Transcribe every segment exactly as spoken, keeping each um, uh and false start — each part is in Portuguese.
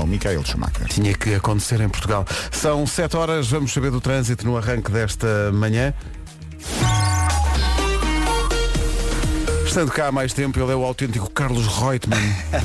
ao Michael Schumacher. Tinha que acontecer em Portugal. São sete horas, vamos saber do trânsito no arranque desta manhã. Estando cá há mais tempo, ele é o autêntico Carlos Reutemann.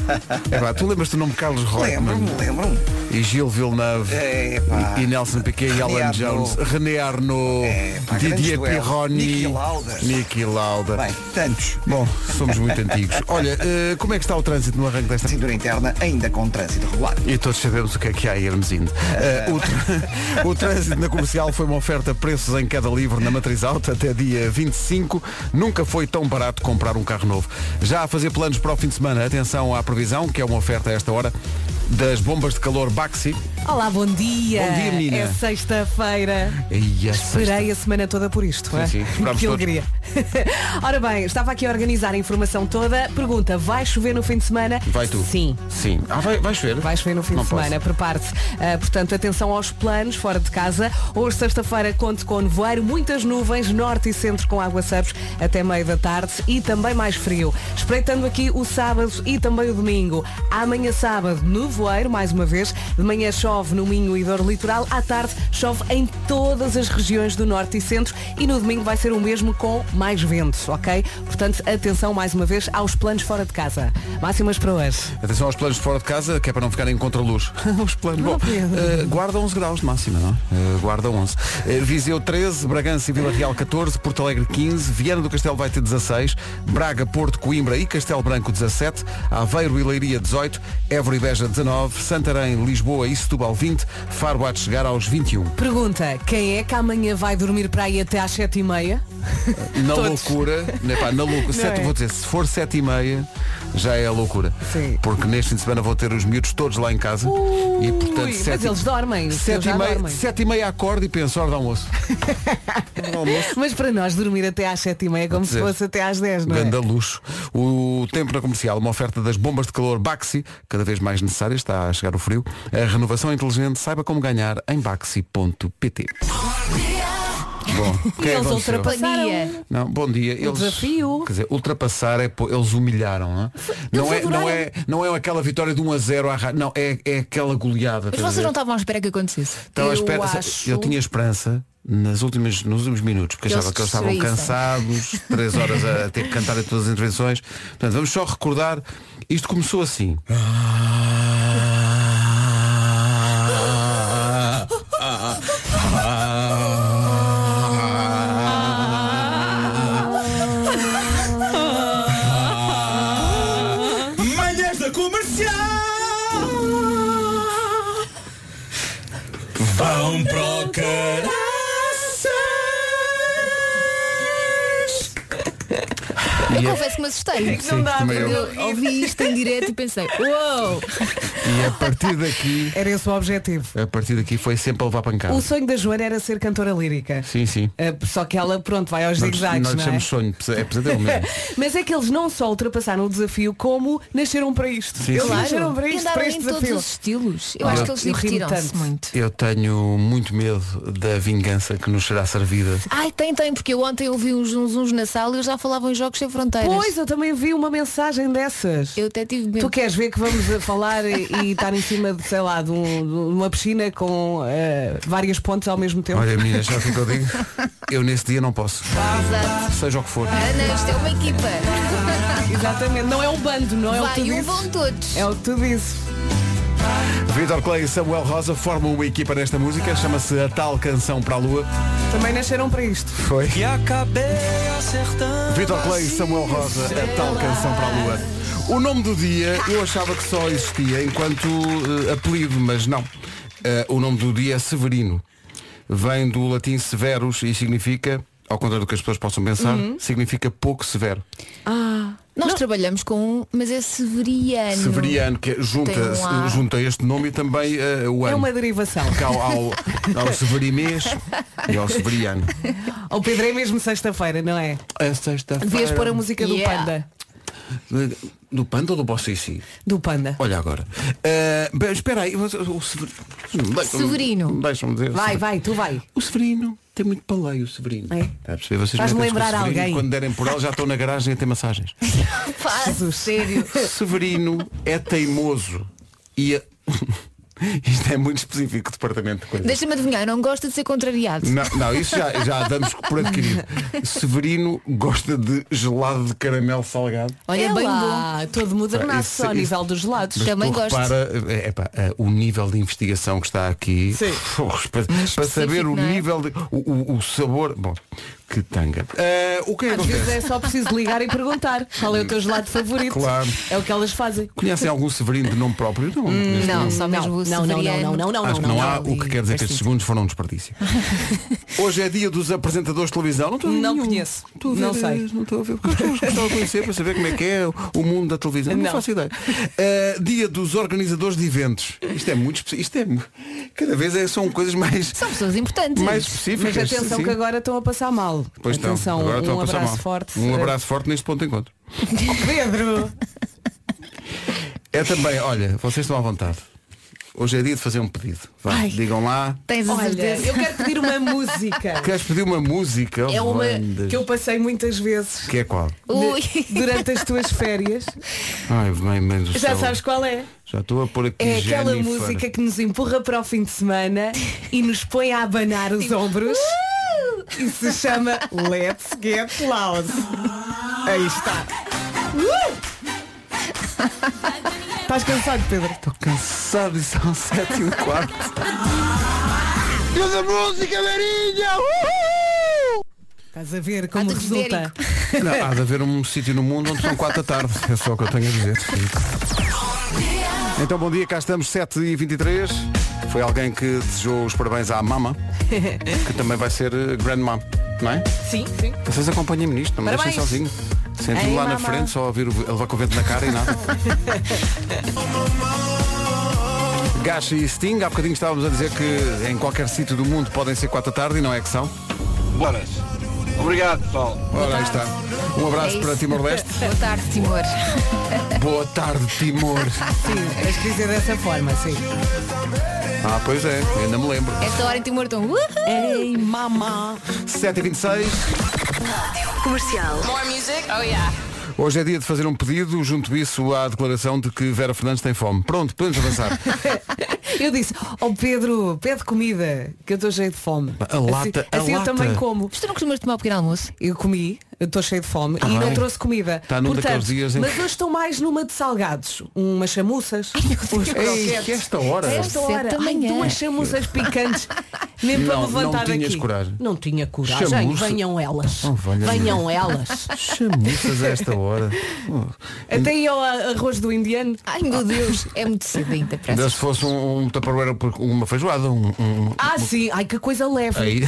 É pá, tu lembras-te do nome Carlos Reutemann? Lembro-me, lembro-me. E Gilles Villeneuve, É, e Nelson Piquet e Alan Jones, René Arnaud, É, pá, Didier grandes duelos. Pironi, Niki Lauda. Niki Lauda. Bem, tantos. Bom, somos muito antigos. Olha, uh, como é que está o trânsito no arranque desta... Cintura interna ainda com trânsito regular. E todos sabemos o que é que há em Hermesinde. Uh, o, tr- o trânsito na comercial foi uma oferta preços em queda livre na Matriz Alta até dia vinte e cinco. Nunca foi tão barato comprar um carro novo. Já a fazer planos para o fim de semana, atenção à previsão, que é uma oferta a esta hora, das bombas de calor Baxi. Olá, bom dia. Bom dia, menina. É sexta-feira. E a Esperei a semana toda por isto. Sim, é? sim, esperámos Que todos. alegria. Ora bem, estava aqui a organizar a informação toda. Pergunta, vai chover no fim de semana? Vai tu? Sim. Sim. Ah, vai, vai chover? Vai chover no fim Não de posso. semana, prepare-se. Uh, portanto, atenção aos planos fora de casa. Hoje, sexta-feira, conte com nevoeiro, muitas nuvens, norte e centro com aguaceiros até meio da tarde e também mais frio. Espreitando aqui o sábado e também o domingo. Amanhã sábado, nevoeiro, mais uma vez. De manhã chove no Minho e Dor Litoral. À tarde chove em todas as regiões do norte e centro. E no domingo vai ser o mesmo com mais vento, ok? Portanto, atenção mais uma vez aos planos fora de casa. Máximas para hoje. Atenção aos planos de fora de casa, que é para não ficarem em contraluz. Os planos. Bom, uh, guarda onze graus de máxima, não é? Uh, guarda onze. Uh, Viseu treze, Bragança e Vila Real catorze, Porto Alegre quinze, Viana do Castelo vai ter dezasseis, Braga, Porto, Coimbra e Castelo Branco dezassete, Aveiro e Leiria dezoito, Évora e Beja dezanove, Santarém, Lisboa e Setúbal vinte, Faro há de chegar aos vinte e um. Pergunta, quem é que amanhã vai dormir para aí até às sete e meia? Na Todos. loucura, né, pá, na loucura, sete, é? vou dizer, se for sete e meia já é a loucura. Sim. Porque neste fim de semana vou ter os miúdos todos lá em casa. Ui, e portanto mas sete, eles dormem, os sete teus e, já meia, dormem. sete e meia acordo e penso, hora de almoço. Hora de almoço. Mas para nós dormir até às sete e meia é como se dizer, fosse até às dez, não é? Ganda luxo. O tempo na comercial, uma oferta das bombas de calor Baxi, cada vez mais necessária, está a chegar o frio. A renovação inteligente, saiba como ganhar em baxi ponto pt. Bom, o que é que Eles aconteceu? ultrapassaram. Não, bom dia. Eles, desafio. Quer dizer, ultrapassar é pô, eles humilharam, não é? Não é, não é, não é aquela vitória de um a zero à ra- não, é, é aquela goleada. Mas estás a vocês ver? não estavam à espera que acontecesse? Estava à Eu espera, acho- eu tinha esperança nas últimas, nos últimos minutos, porque Eles achava que eles estavam distraíssem. cansados, três horas a ter que cantar em todas as intervenções. Portanto, vamos só recordar, isto começou assim. Manhãs da Comercial. Vão para o caralho. Eu confesso que me assustei. Sim, também eu. Eu ouvi isto em direto e pensei, uou! E a partir daqui, Era esse o objetivo. a partir daqui foi sempre a levar pancada. O sonho da Joana era ser cantora lírica. Sim, sim. Uh, só que ela, pronto, vai aos Nós, zigzags, nós não é? chamamos sonho, é pesadelo mesmo. Mas é que eles não só ultrapassaram o desafio, como nasceram para isto. Sim, eles sim. nasceram para E isto, andaram para em este todos desafio. os estilos. Eu acho que eles eu ri-me divertiram-se tanto. muito. Eu tenho muito medo da vingança que nos será servida. Ai, tem, tem, porque eu ontem ouvi uns uns, uns na sala e eles já falavam em Jogos Sem Fronteiras. Pois, eu também vi uma mensagem dessas. Eu até tive medo. Tu queres ver que vamos a falar e, e estar em cima de, sei lá, de, um- de uma piscina com uh, várias pontes ao mesmo tempo? Olha, meninas, sabe o que é que eu digo? Eu nesse dia não posso. Exato. Seja o que for. Ana, isto é uma equipa. Exatamente, não é um bando, não é o que tu Vai, um dizes. vão todos. É o que tu dizes. Vitor Clay e Samuel Rosa formam uma equipa nesta música, chama-se A Tal Canção para a Lua. Também nasceram para isto. Foi. Vitor Clay e Samuel Rosa, A Tal Canção para a Lua. O nome do dia eu achava que só existia enquanto eh, apelido, mas não. Eh, o nome do dia é Severino. Vem do latim severus e significa, ao contrário do que as pessoas possam pensar, significa pouco severo. Ah, Nós trabalhamos com um, mas é severiano. Severiano, que junta, Tem um A. junta este nome e também eh, o ano. é uma derivação. Porque ao, ao, ao Severinês e ao Severiano. O Pedro é mesmo sexta-feira, não é? É sexta-feira. Devias pôr a música do Yeah. Panda. Do Panda ou do Bossici? Do Panda. Olha agora. Eh, bem, espera aí. O, o Sever- deixa-me- Severino. Deixa-me dizer. Vai, vai, tu vai. O Severino tem muito paleio, o Severino. É? Está a perceber? Vocês Faz-me metem-se com o lembrar Severino, alguém. Quando derem por ela já estão na garagem a ter massagens. Faz, sério. Severino é teimoso e a... Isto é muito específico, departamento de coisas. Deixa-me adivinhar, não gosta de ser contrariado. Não, não, isso já, já damos por adquirido. Severino gosta de gelado de caramelo salgado. Olha, É bem lá, todo modernaço Isso- ao isso- nível dos gelados. Mas Também tu gosto. repara, é, pá, é, o nível de investigação que está aqui. Sim. Para, para saber o não é? nível, de, o, o, o sabor. Bom, que tanga. Eh, o que é que Às vezes acontece? é só preciso ligar e perguntar qual é o teu gelado favorito. Claro. É o que elas fazem. Conhecem algum Severino de nome próprio? Não, conheço Não, nenhum. só mesmo o não, não, não, severiano. não, não, não, Acho que não, há, não. o que quer dizer que estes segundos foram um desperdício. Hoje é dia dos apresentadores de televisão. Não, estou a ver Não nenhum. conheço. Estou a ver, Não sei. Não estou a ver. Porque as pessoas gostava de conhecer para saber como é que é o mundo da televisão. Não, Não. faço ideia. Uh, dia dos organizadores de eventos. Isto é muito específico. Isto é mu- cada vez é, são coisas mais, São pessoas importantes. mais específicas. Mas atenção sim. que agora estão a passar mal. Pois estão. Atenção, Agora estão um a passar abraço mal. forte. Um abraço forte neste ponto de encontro. Pedro! É também, olha, vocês estão à vontade. Hoje é dia de fazer um pedido. Vá, Ai. digam lá. Tens a Olha, certeza. eu quero pedir uma música. Queres pedir uma música? É uma Wandas? que eu passei muitas vezes Que é qual? Ui. durante as tuas férias. Ai, bem, bem do Já céu. sabes qual é? Já estou a pôr aqui É aquela Jennifer. música que nos empurra para o fim de semana e nos põe a abanar os ombros. E se chama Let's Get Loud. Aí está. Uh! Estás cansado, Pedro? Estou cansado e são sete e um quarto. Deus a música, Marinha! Estás a ver como Ah, de resulta. Não, há de haver um sítio no mundo onde são quatro da tarde. É só o que eu tenho a dizer. Então, bom dia, cá estamos, sete e vinte e três. Foi alguém que desejou os parabéns à Mama, que também vai ser eh, Grandma, não é? Sim, sim. Vocês acompanhem-me nisto, não me deixem Parabéns. sozinho. Sento-me Ei, lá na Mama. frente, só a ouvir o, a levar com o vento na cara e nada. Gacha e Sting, há bocadinho estávamos a dizer que em qualquer sítio do mundo podem ser quatro da tarde e não é que são. Boras. Obrigado, pessoal. Ora, aí está. Um abraço É para isso. Timor-Leste. Boa tarde, Timor. Boa tarde, Timor. Sim, tens que dizer dessa forma, sim. Ah, pois é, ainda me lembro. Esta hora em Timor estão. Uhul. Ei, mamá. sete e vinte e seis. Comercial. Hoje é dia de fazer um pedido, junto isso à declaração de que Vera Fernandes tem fome. Pronto, podemos avançar. Eu disse, ó Pedro, pede comida, que eu estou cheio de fome. A lata, assim, a assim eu lata. também como. Mas tu não costumas tomar o pequeno almoço? Eu comi, eu estou cheio de fome e bem. não trouxe comida. Está num Portanto, daqueles dias em mas que- eu estou mais numa de salgados. Umas chamuças, uns Ei, croquetes. que esta hora. A esta Sete hora, da ai, manhã. duas chamuças picantes. Nem para Não, levantar não tinhas daqui. coragem. Não tinha coragem. Chamuça? Venham elas. Oh, valha-me Venham Deus. elas. Chamuças a esta hora. Oh. Até aí ao arroz do indiano. Ai meu Deus, é muito cedo ainda. Ainda parece. se fosse um, um tupperware, uma feijoada, um, um, Ah, sim. Ai, que coisa leve. Aí.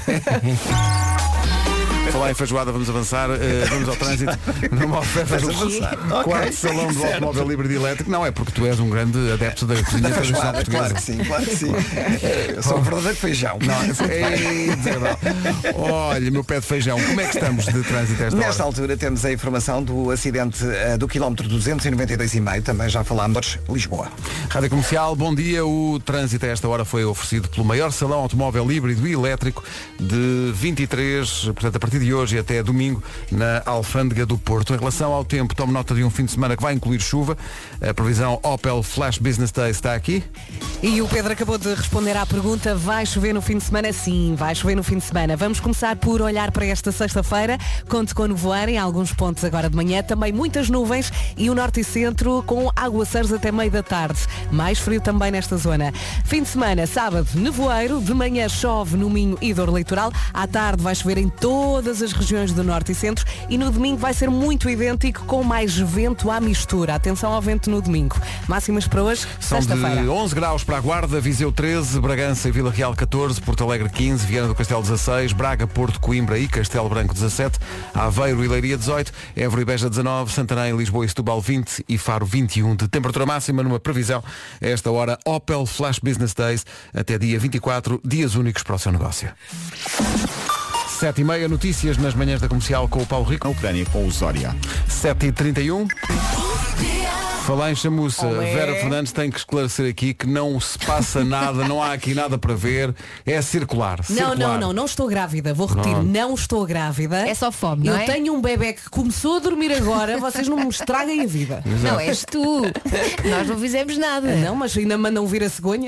Falar em feijoada, vamos avançar. eh, vamos ao trânsito. Numa oferta do quarto salão do automóvel livre e elétrico. Não é porque tu és um grande adepto da cozinha tradicional Claro, portuguesa. claro que sim, claro que sim. Eu sou um verdadeiro feijão. Ei, desagradável. Olha, meu pé de feijão, como é que estamos de trânsito a esta Nesta hora? altura temos a informação do acidente eh, do quilómetro duzentos e noventa e dois e meio, também já falámos, Lisboa. Rádio Comercial, bom dia. O trânsito a esta hora foi oferecido pelo maior salão automóvel híbrido e elétrico de vinte e três, portanto a partir de hoje e até domingo, na Alfândega do Porto. Em relação ao tempo, tome nota de um fim de semana que vai incluir chuva. A previsão Opel Flash Business Day está aqui. E o Pedro acabou de responder à pergunta, vai chover no fim de semana? Sim, vai chover no fim de semana. Vamos começar por olhar para esta sexta-feira, conte com nevoeiro em alguns pontos agora de manhã, também muitas nuvens e o norte e centro com aguaceiros até meio da tarde. Mais frio também nesta zona. Fim de semana, sábado, nevoeiro, de manhã chove no Minho e Dor Litoral, à tarde vai chover em todas as regiões do norte e centro e no domingo vai ser muito idêntico com mais vento à mistura. Atenção ao vento no domingo. Máximas para hoje, São de sexta-feira. onze graus para a Guarda, Viseu treze, Bragança e Vila Real catorze, Porto Alegre quinze, Viana do Castelo dezasseis, Braga, Porto, Coimbra e Castelo Branco dezassete, Aveiro e Leiria dezoito, Évora e Beja dezanove, Santarém, Lisboa e Setúbal vinte e Faro vinte e um de temperatura máxima numa previsão a esta hora Opel Flash Business Days até dia vinte e quatro, dias únicos para o seu negócio. sete e meia, notícias nas manhãs da Comercial com o Paulo Rico. A Ucrânia com o Zória. sete e trinta e um. Falar em chamuça, Olé. Vera Fernandes tem que esclarecer aqui que não se passa nada, não há aqui nada para ver, é circular. Não, circular. não, não, não estou grávida. Vou repetir, Pronto. não estou grávida. É só fome, Eu não é? tenho um bebê que começou a dormir agora, vocês não me estraguem a vida. Não, és tu. Nós não fizemos nada. Não, mas ainda mandam vir a cegonha.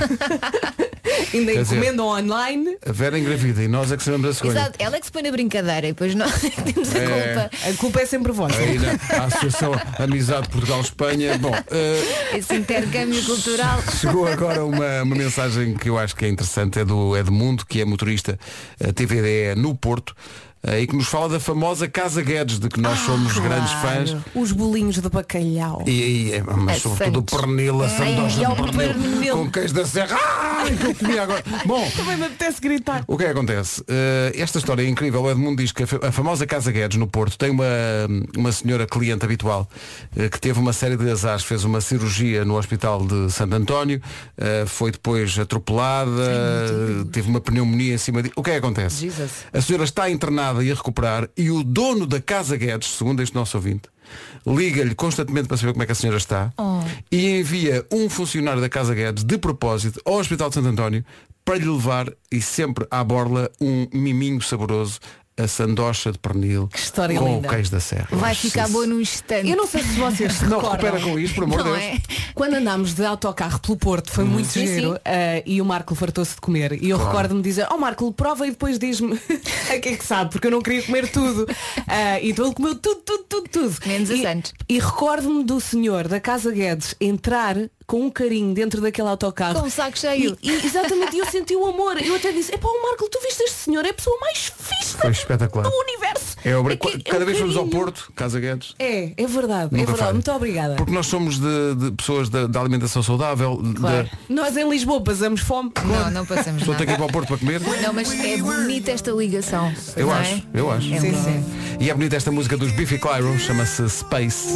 Ainda Quer dizer, encomendam online. A Vera engravida e nós é que sabemos a cegonha. Exato, ela é que se põe na brincadeira e depois nós temos a É. culpa. A culpa é sempre vossa. Aí na a Associação Amizade Portugal-Espanha. Bom, eh, Esse intercâmbio cultural. chegou agora uma, uma mensagem que eu acho que é interessante, é do Edmundo, que é motorista eh, T V D E no Porto, eh, e que nos fala da famosa Casa Guedes, de que nós somos grandes fãs. Os bolinhos de bacalhau. E, e é, mas A sobretudo o Santos. pernil, a sandocha Ai, de o pernil, pernil. com queijo da serra. Ai, que eu comi agora. Bom, Também me apetece gritar. o que é que acontece? Uh, esta história é incrível. O Edmundo diz que a, fa- a famosa Casa Guedes no Porto tem uma, uma senhora cliente habitual uh, que teve uma série de azares, fez uma cirurgia no Hospital de Santo António, uh, foi depois atropelada, uh, teve uma pneumonia em cima de... O que é que acontece? Jesus. A senhora está internada e a recuperar e o dono da Casa Guedes, segundo este nosso ouvinte, liga-lhe constantemente para saber como é que a senhora está e envia um funcionário da Casa Guedes de propósito ao Hospital de Santo António para lhe levar, e sempre à borla, um miminho saboroso, a sandocha de pernil história com linda. o queijo da serra. Vai ficar boa num instante. Eu não sei se vocês se Não recordam. recupera com isto, por amor de Não Deus. é? Quando andámos de autocarro pelo Porto, foi muito Sim, giro, sim. eh, e o Marco fartou-se de comer. E eu recordo-me dizer, ó Marco, prova e depois diz-me a que é que sabe, porque eu não queria comer tudo. Eh, então ele comeu tudo, tudo, tudo, tudo. Menos a e, Santos. e recordo-me do senhor da Casa Guedes entrar com um carinho dentro daquele autocarro. Com um saco cheio. E, e, exatamente, e eu senti o amor. Eu até disse, epá, o Marco, tu viste este senhor? É a pessoa mais fixe Foi espetacular. do universo. É obri- que- Cada um vez fomos ao carinho. Porto, Casa Guedes. É, é verdade, Nunca é verdade. falha. Muito obrigada. Porque nós somos de, de pessoas da, da alimentação saudável. Claro. Da... Nós em Lisboa passamos fome. Não, não passamos Pessoa tem que ir nada. para o Porto para comer. Não, mas é bonita esta ligação. Eu não acho, é? eu acho. É Sim, bom. sim. E é bonita esta música dos Biffy Clyro, chama-se Space.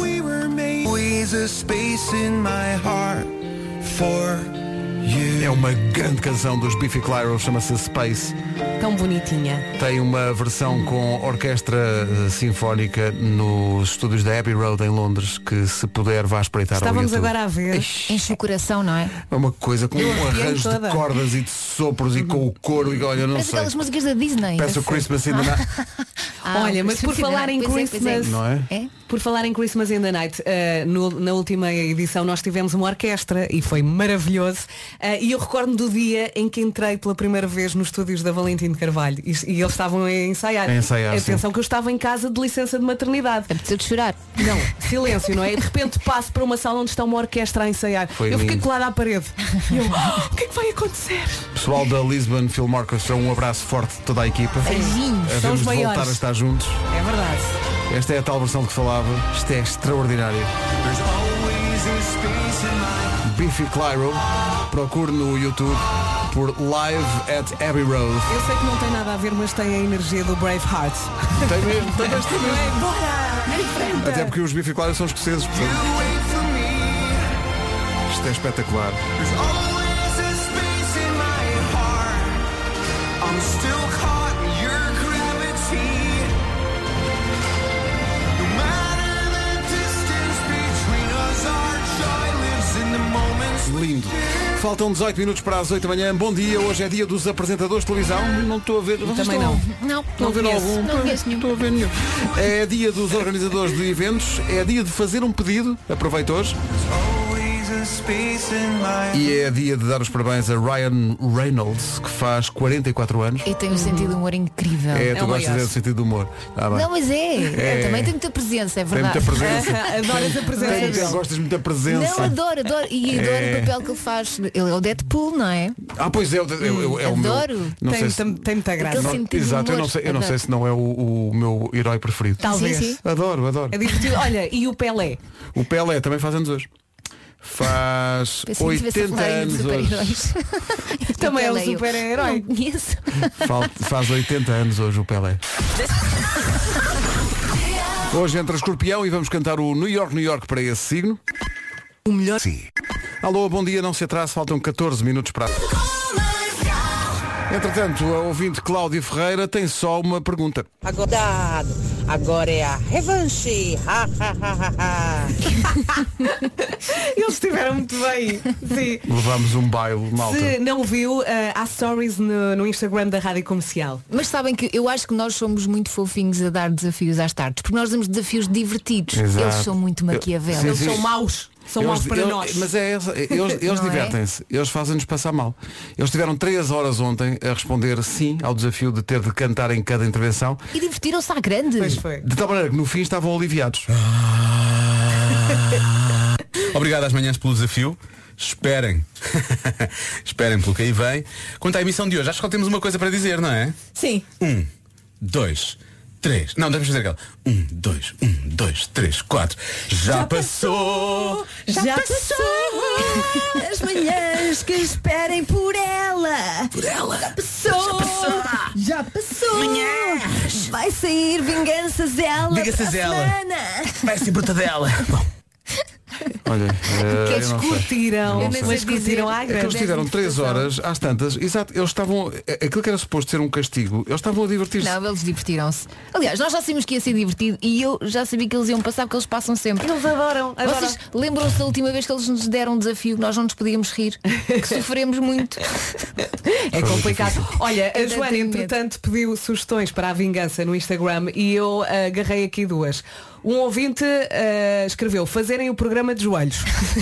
É uma grande canção dos Biffy Clyro, chama-se Space. Tão bonitinha. Tem uma versão com orquestra eh, sinfónica nos estúdios da Abbey Road em Londres, que se puder vá espreitar ao Estávamos YouTube. agora a ver. Enche o coração, não é? É uma coisa com um arrepiei arranjo toda. de cordas e de sopros e com o coro e olha, eu não Parece sei. aquelas músicas da Disney. Peço o Christmas in the Night. Ah, Olha, mas por Christmas in the falar em Night. Pois é, pois é. Christmas, Não é? É? Por falar em Christmas in the Night, eh, no- na última edição nós tivemos uma orquestra e foi maravilhoso. Eh, e eu recordo-me do dia em que entrei pela primeira vez nos estúdios da Valentim de Carvalho e, e eles estavam a ensaiar. A ensaiar, Atenção que eu estava em casa de licença de maternidade. Apeteceu de chorar. Não, silêncio, não é? E de repente passo para uma sala onde está uma orquestra a ensaiar. Foi eu fiquei lindo. colada à parede. E eu, "Ah, o que é que vai acontecer? Pessoal da Lisbon Film Orchestra, um abraço forte de toda a equipa. Beijinhos. Havemos São os de voltar maiores. a estar juntos. É verdade. Esta é a tal versão de que falava. Isto é extraordinário. Biffy Clyro. Procure no YouTube por Live at Abbey Road. Eu sei que não tem nada a ver, mas tem a energia do Braveheart. Tem mesmo, tem mesmo, tem mesmo. Bora! Em frente! Até porque os Biffy Clyro são escoceses. Portanto, isto é espetacular. Lindo. Faltam dezoito minutos para as oito da manhã. Bom dia, hoje é dia dos apresentadores de televisão. Não estou a ver. Vocês Também estão- não. Não, Estão a não ver conheço. algum? Não conheço nenhum. Estou a ver nenhum. É dia dos organizadores de eventos, é dia de fazer um pedido, aproveita hoje. E é dia de dar os parabéns a Ryan Reynolds, que faz quarenta e quatro anos. E tem um sentido de humor incrível. É, tu o gostas maior. desse sentido do humor. Ah, bem. Não, mas é. É. Eu também tem muita presença, é Tem verdade. muita presença. Adoro essa presença Tem- dele. Gostas muito da presença. Não, adoro, adoro. E adoro É. o papel que ele faz. Ele é o Deadpool, não é? Ah, pois é, é, é, é o meu. Adoro. Não Tem, sei se, tem, tem muita graça. Aquele não, sentido de exato, eu humor. não sei, eu não sei Adoro. se não é o, o meu herói preferido. Talvez. Sim, sim. Adoro, adoro. É divertido. Olha, e o Pelé? O Pelé também faz anos hoje. Faz Pensei que estivesse a oitenta falar em anos hoje. super-heróis. Também é um Pelé, eu super-herói. Não conheço. Fal- Faz oitenta anos hoje o Pelé. Hoje entra Escorpião e vamos cantar o New York, New York para esse signo. O melhor. Sim. Alô, bom dia, não se atrase, faltam catorze minutos para. Entretanto, a ouvinte Cláudia Ferreira tem só uma pergunta. Cuidado. agora é a revanche. Ha, ha, ha, ha, ha. Eles estiveram muito bem. Sim. Levámos um baile, malta. Se não viu, uh, há stories no, no Instagram da Rádio Comercial. Mas sabem que eu acho que nós somos muito fofinhos a dar desafios às tardes, porque nós damos desafios divertidos. Exato. Eles são muito maquiavélicos. Eles são maus. São maus para eles, nós. Mas é essa, eles, eles divertem-se, é? Eles fazem-nos passar mal. Eles tiveram três horas ontem a responder sim ao desafio de ter de cantar em cada intervenção. E divertiram-se à grande. Pois foi. De tal maneira que no fim estavam aliviados. Obrigado às manhãs pelo desafio. Esperem. Esperem pelo que aí vem. Quanto à emissão de hoje, acho que só temos uma coisa para dizer, não é? Sim. Um, dois, três. Não, devemos fazer aquela. Um, dois, um, dois, três, quatro. Já, já passou! Já, já passou! As manhãs que esperem por ela! Por ela! Já passou! Já passou! Já passou! Manhãs! Vai sair Vingança Zela! Vingança Zela! Vai ser Brutadela! Bom. Olha, uh, que eles curtiram, mas curtiram à é que eles tiveram três horas às tantas, exato, eles estavam, aquilo que era suposto ser um castigo, eles estavam a divertir-se. Não, eles divertiram-se. Aliás, nós já sabíamos que ia ser divertido e eu já sabia que eles iam passar, porque eles passam sempre. Eles adoram, adoram. Vocês lembram-se da última vez que eles nos deram um desafio que nós não nos podíamos rir, que sofremos muito. É complicado. Olha, a Eu Joana, tenho entretanto, pediu sugestões para a vingança no Instagram e eu uh, agarrei aqui duas. Um ouvinte uh, escreveu fazerem o programa de joelhos.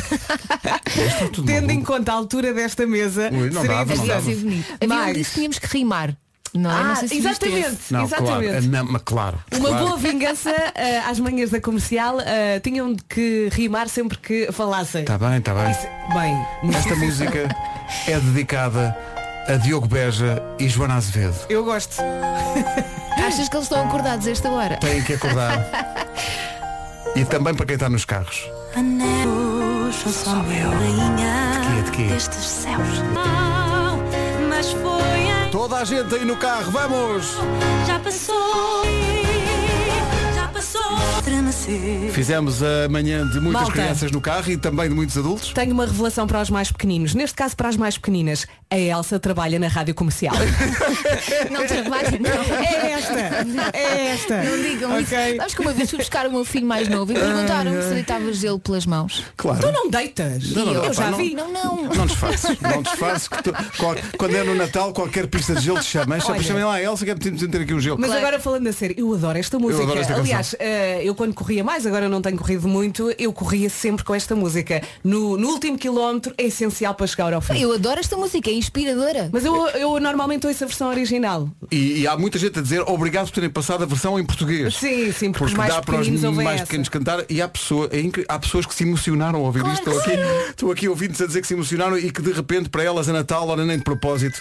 Tendo em conta a altura desta mesa, Ui, não seria dava, não interessante. dava. bonito. Havia um Mais. disse que tínhamos que rimar. Não, é? Ah, Não sei se viste exatamente, esse. Não, exatamente. claro, não, mas claro. Uma claro. boa vingança uh, às manhãs da comercial, uh, tinham de que rimar sempre que falassem. Está bem, está bem. Isso- Bem, muito Esta música é dedicada a Diogo Beja e Joana Azevedo. eu gosto. Achas que eles estão acordados a esta hora? Têm que acordar. E também para quem está nos carros. Só eu. De quê, de quê? Destes céus. Mas foi. Toda a gente aí no carro, vamos! Já passou. Já passou. Estremecer. Fizemos a manhã de muitas Malta. crianças no carro e também de muitos adultos. Tenho uma revelação para os mais pequeninos. Neste caso, para as mais pequeninas, a Elsa trabalha na rádio comercial. Não trabalho, não. É esta! É esta! Não digam Ok. isso. Sabes que uma vez fui buscar o meu filho mais novo e perguntaram-me se deitava gelo pelas mãos. Claro. Tu não deitas! Não, não, eu não, já pá, vi. Não, não. Não disfarces, não disfarces que tu, qual- quando é no Natal qualquer pista de gelo te chama. Olha. Chamem lá a Elsa que é preciso ter aqui um gelo. Mas Claro. agora falando a sério, eu adoro esta música. adoro esta canção. Aliás, eh, eu quando corria mais, agora não tenho corrido muito, eu corria sempre com esta música. No, no último quilómetro é essencial para chegar ao fim. Eu adoro esta música, é inspiradora. Mas eu, eu normalmente ouço a versão original. E, e há muita gente a dizer obrigado por terem passado a versão em português. Sim, sim, porque os Porque mais dá para os pequeninos ouvem mais essa. pequenos cantar e há, pessoa, é incri- há pessoas que se emocionaram ao ouvir Claro isto. Estou que aqui, estou aqui ouvindo-se a dizer que se emocionaram e que de repente para elas é Natal, ora nem de propósito.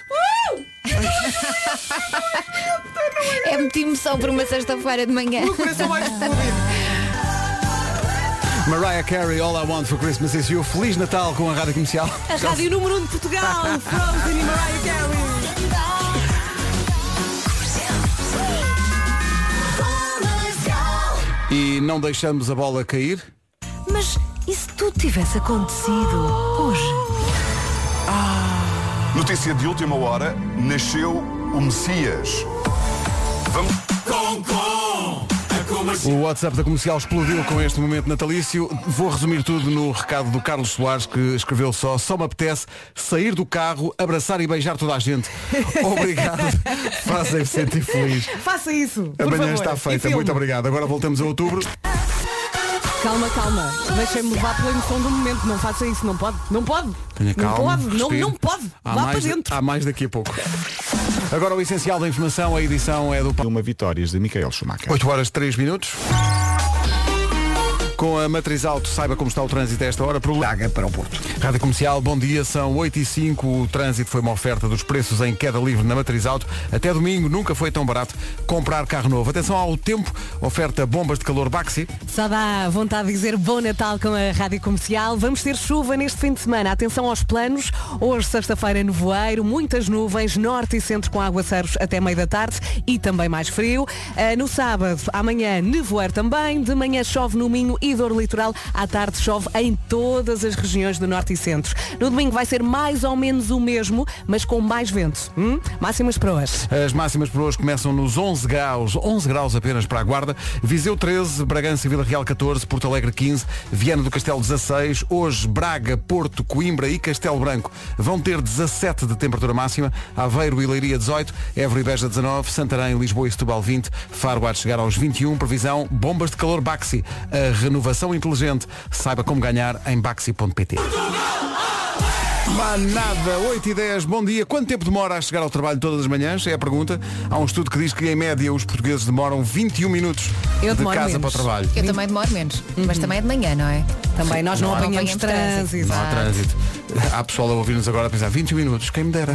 É muita emoção para uma sexta-feira de manhã. Mariah Carey, All I Want for Christmas is You. Feliz Natal com a Rádio Comercial. A rádio número um de Portugal, Frozen e Mariah Carey. E não deixamos a bola cair. Mas e se tudo tivesse acontecido hoje? Notícia de última hora, nasceu o Messias. Vamos. O WhatsApp da Comercial explodiu com este momento natalício. Vou resumir tudo no recado do Carlos Soares, que escreveu só: só me apetece sair do carro, abraçar e beijar toda a gente. Obrigado. Fazem-me sentir feliz. Faça isso. A por manhã favor. está E feita. filme. Muito obrigado. Agora voltamos a outubro. Calma, calma. Deixem-me levar pela emoção do momento. Não faça isso. Não pode. Não pode. Tenha calma. Não pode. Não, respire. não pode. Há Vá mais, para dentro. há mais daqui a pouco. Agora o essencial da informação, a edição é do Uma vitórias de Michael Schumacher. oito horas três minutos. Com a Matriz Auto, saiba como está o trânsito a esta hora. Pro... Braga para o Porto. Rádio Comercial, bom dia, são oito e cinco. O trânsito foi uma oferta dos preços em queda livre na Matriz Auto. Até domingo nunca foi tão barato comprar carro novo. Atenção ao tempo, oferta bombas de calor Baxi. Só dá vontade de dizer bom Natal com a Rádio Comercial. Vamos ter chuva neste fim de semana. Atenção aos planos. Hoje, sexta-feira, nevoeiro, muitas nuvens, norte e centro com aguaceiros até meio da tarde e também mais frio. Ah, no sábado, amanhã, nevoeiro também. De manhã chove no Minho e dor litoral. À tarde chove em todas as regiões do norte e centro. No domingo vai ser mais ou menos o mesmo, mas com mais vento. Hum? Máximas para hoje. As máximas para hoje começam nos onze graus, onze graus apenas para a Guarda, Viseu treze, Bragança e Vila Real catorze, Porto Alegre quinze, Viana do Castelo dezasseis, hoje Braga, Porto, Coimbra e Castelo Branco vão ter dezassete de temperatura máxima, Aveiro e Leiria dezoito, Évora e Beja dezanove, Santarém, Lisboa e Setúbal vinte, Faro há de chegar aos vinte e um, previsão bombas de calor Baxi, a renovação inteligente, saiba como ganhar em baxi ponto pt. Manada, oito e dez, bom dia. Quanto tempo demora a chegar ao trabalho todas as manhãs? É a pergunta. Há um estudo que diz que em média os portugueses demoram vinte e um minutos Eu de demoro casa menos. para o trabalho. Eu também demoro menos, mas também é de manhã, não é? Também nós não, Não apanhamos apanhamos trânsito. Não há Ah. trânsito. Há pessoal a ouvir-nos agora a pensar vinte e um minutos, quem me dera.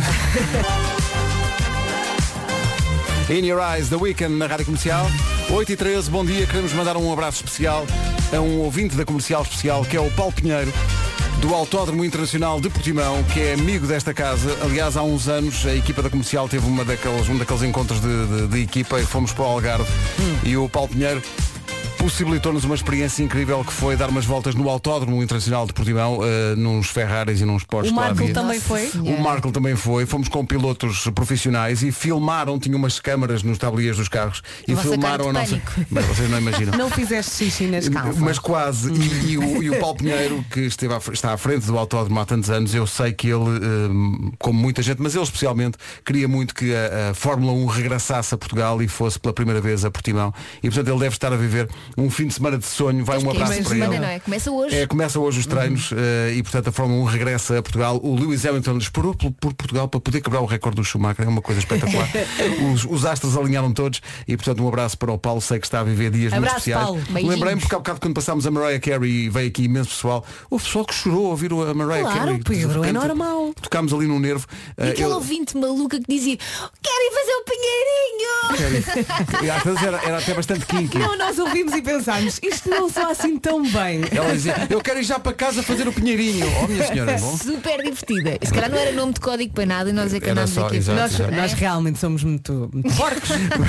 In Your Eyes, The Weeknd na Rádio Comercial. oito e treze, bom dia. Queremos mandar um abraço especial a um ouvinte da Comercial Especial, que é o Paulo Pinheiro, do Autódromo Internacional de Portimão, que é amigo desta casa. Aliás, há uns anos a equipa da Comercial teve uma daqueles, um daqueles encontros de, de, de equipa e fomos para o Algarve. Hum. E o Paulo Pinheiro possibilitou-nos uma experiência incrível que foi dar umas voltas no Autódromo Internacional de Portimão, uh, nos Ferraris e nos Porsche. O Marco havia. também foi? O Marco também foi. Fomos com pilotos profissionais e filmaram, tinham umas câmaras nos tabliers dos carros e A vossa filmaram a cara de nossa. pânico. Mas vocês não imaginam. Não fizeste xixi nas calças. Mas quase. E, e o, e o Paulo Pinheiro, que esteve à, está à frente do autódromo há tantos anos, eu sei que ele, um, como muita gente, mas ele especialmente, queria muito que a, a Fórmula um regressasse a Portugal e fosse pela primeira vez a Portimão. E portanto ele deve estar a viver um fim de semana de sonho. Vai Mas um que é abraço esta para semana, ele. não é? Começa hoje. É, começa hoje os treinos uh, e portanto a Fórmula um regressa a Portugal. O Lewis Hamilton esperou por, por Portugal para poder quebrar o recorde do Schumacher. É uma coisa espetacular. os, os astros alinharam todos e portanto um abraço para o Paulo. Sei que está a viver dias muito Abraço, especiais. Paulo. Beijinhos. Lembrei-me porque há bocado quando passámos a Mariah Carey e veio aqui imenso pessoal, houve pessoal que chorou a ouvir a Mariah Claro, Carey. Pedro, De repente, é normal. Tocámos ali num nervo. E Uh, aquela eu- ouvinte maluca que dizia: querem fazer o Pinheirinho! E às vezes era, era até bastante kinky. Não, nós ouvimos e pensámos, isto não soa assim tão bem. Ela dizia, eu quero ir já para casa fazer o Pinheirinho. Oh minha senhora, é bom? Super divertida. Se calhar não era nome de código para nada e nós é que Era andámos só, aqui a exato, Nós, exato. nós realmente somos muito, muito porcos.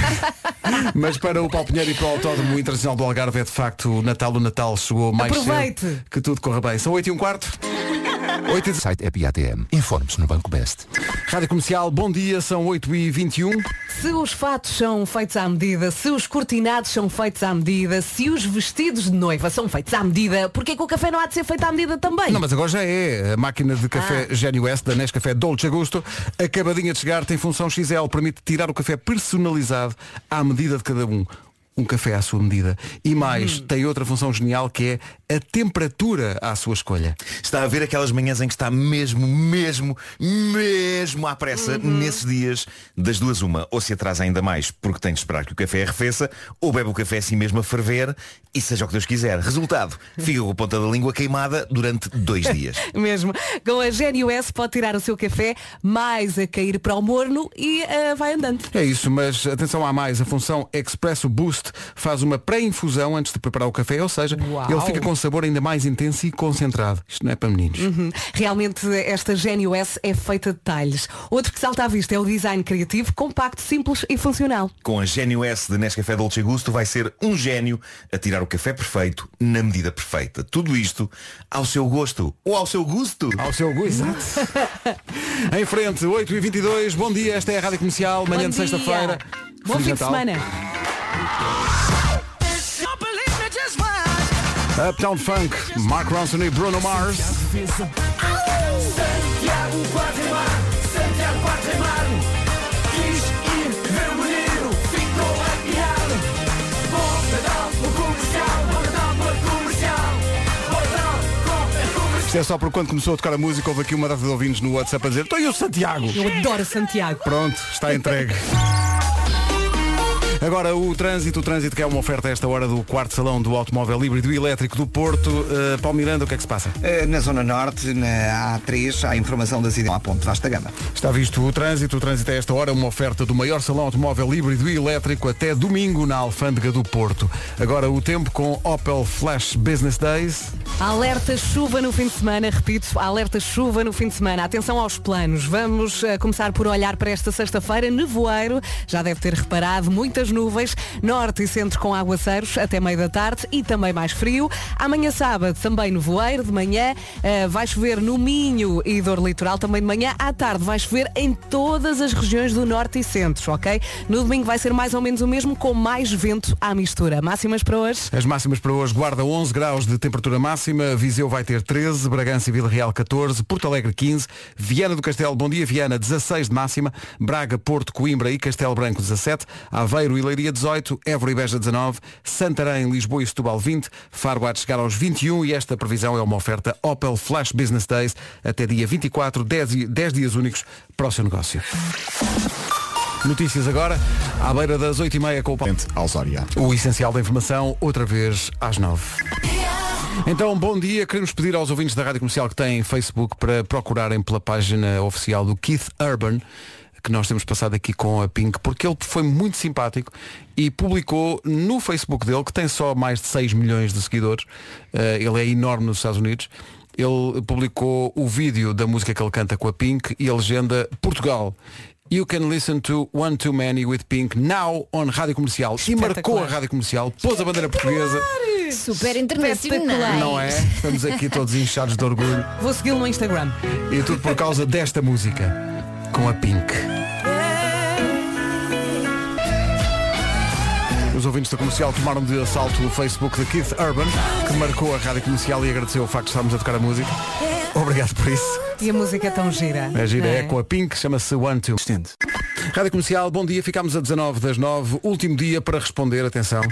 Mas para o Paulo Pinheiro e para o Autódromo Internacional do Algarve é de facto o Natal. O Natal chegou mais Aproveite. cedo. Que tudo corra bem. São oito e um quarto. oito e... Site App A T M. Informe-se no Banco Best. Rádio Comercial, bom dia, são oito e vinte e um. Se os fatos são feitos à medida, se os cortinados são feitos à medida, se os vestidos de noiva são feitos à medida, porque é que o café não há de ser feito à medida também? Não, mas agora já é. A máquina de café Ah. Genio S da Nescafé Dolce Gusto, acabadinha de chegar, tem função X L, permite tirar o café personalizado à medida de cada um. Um café à sua medida. E mais, Hum. tem outra função genial que é a temperatura à sua escolha. Está a ver aquelas manhãs em que está mesmo, mesmo, mesmo à pressa. Nesses dias, das duas uma, ou se atrasa ainda mais porque tem de esperar que o café arrefeça, ou bebe o café assim mesmo a ferver e seja o que Deus quiser. Resultado, fica com a ponta da língua queimada durante dois dias. Mesmo. Com a Genio S pode tirar o seu café mais a cair para o morno e ah, vai andando. É isso, mas atenção há mais, a função Expresso Boost faz uma pré-infusão antes de preparar o café, ou seja, Uau. ele fica com sabor ainda mais intenso e concentrado. Isto não é para meninos. Uhum. Realmente esta Genio S é feita de detalhes. Outro que salta à vista é o design criativo, compacto, simples e funcional. Com a Genio S de Nescafé Dolce Gusto vai ser um gênio a tirar o café perfeito na medida perfeita. Tudo isto ao seu gosto ou ao seu gosto. Ao seu gosto, exato. Em frente, oito e vinte e dois, bom dia, esta é a Rádio Comercial, manhã Bom de dia. sexta-feira. Bom Feliz fim de Natal. semana. Uptown Funk, Mark Ronson e Bruno Mars. Isto é só porque quando começou a tocar a música houve aqui uma data de ouvintes no WhatsApp a dizer estou aí o Santiago. Eu adoro Santiago. Pronto, está entregue. Agora o trânsito, o trânsito que é uma oferta a esta hora do quarto salão do automóvel híbrido e elétrico do Porto. Uh, Paulo Miranda, o que é que se passa? Eh, Na Zona Norte, na A três, há a informação da cidade à ponte Vasta Gama. Está visto o trânsito, o trânsito a esta hora, uma oferta do maior salão automóvel híbrido e elétrico até domingo na Alfândega do Porto. Agora o tempo com Opel Flash Business Days. Alerta chuva no fim de semana, repito, alerta chuva no fim de semana. Atenção aos planos. Vamos uh, começar por olhar para esta sexta-feira, nevoeiro. Já deve ter reparado, muitas nuvens, norte e centro com aguaceiros até meio da tarde e também mais frio. Amanhã sábado também nevoeiro de manhã, uh, vai chover no Minho e dor litoral também de manhã. À tarde vai chover em todas as regiões do norte e centro, ok? No domingo vai ser mais ou menos o mesmo, com mais vento à mistura. Máximas para hoje? As máximas para hoje: Guarda onze graus de temperatura máxima, Viseu vai ter treze, Bragança e Vila Real catorze, Porto Alegre quinze, Viana do Castelo, bom dia Viana, dezasseis de máxima, Braga, Porto, Coimbra e Castelo Branco dezassete, Aveiro e Leiria dezoito, Évora e Beja dezanove, Santarém, Lisboa e Setúbal vinte, Faro há de chegar aos vinte e um e esta previsão é uma oferta Opel Flash Business Days até dia vinte e quatro, dez dias únicos para o seu negócio. Notícias agora, à beira das oito e meia com o Paulo. O essencial da informação, outra vez às nove. Então, bom dia. Queremos pedir aos ouvintes da Rádio Comercial que têm Facebook para procurarem pela página oficial do Keith Urban, que nós temos passado aqui com a Pink, porque ele foi muito simpático e publicou no Facebook dele, que tem só mais de seis milhões de seguidores, uh, ele é enorme nos Estados Unidos, ele publicou o vídeo da música que ele canta com a Pink e a legenda Portugal. You can listen to One Too Many with Pink now on Rádio Comercial. E marcou a Rádio Comercial, pôs a bandeira portuguesa. Super internacional. Não é? Estamos aqui todos inchados de orgulho. Vou segui-lo no Instagram. E tudo por causa desta música com a Pink. Os ouvintes da Comercial tomaram de assalto o Facebook de Keith Urban, que marcou a Rádio Comercial e agradeceu o facto de estarmos a tocar a música. Obrigado por isso. E a música é tão gira. A gira é, é com a Pink, chama-se One Two. Rádio Comercial, bom dia, ficámos a dezanove das nove, último dia para responder, atenção,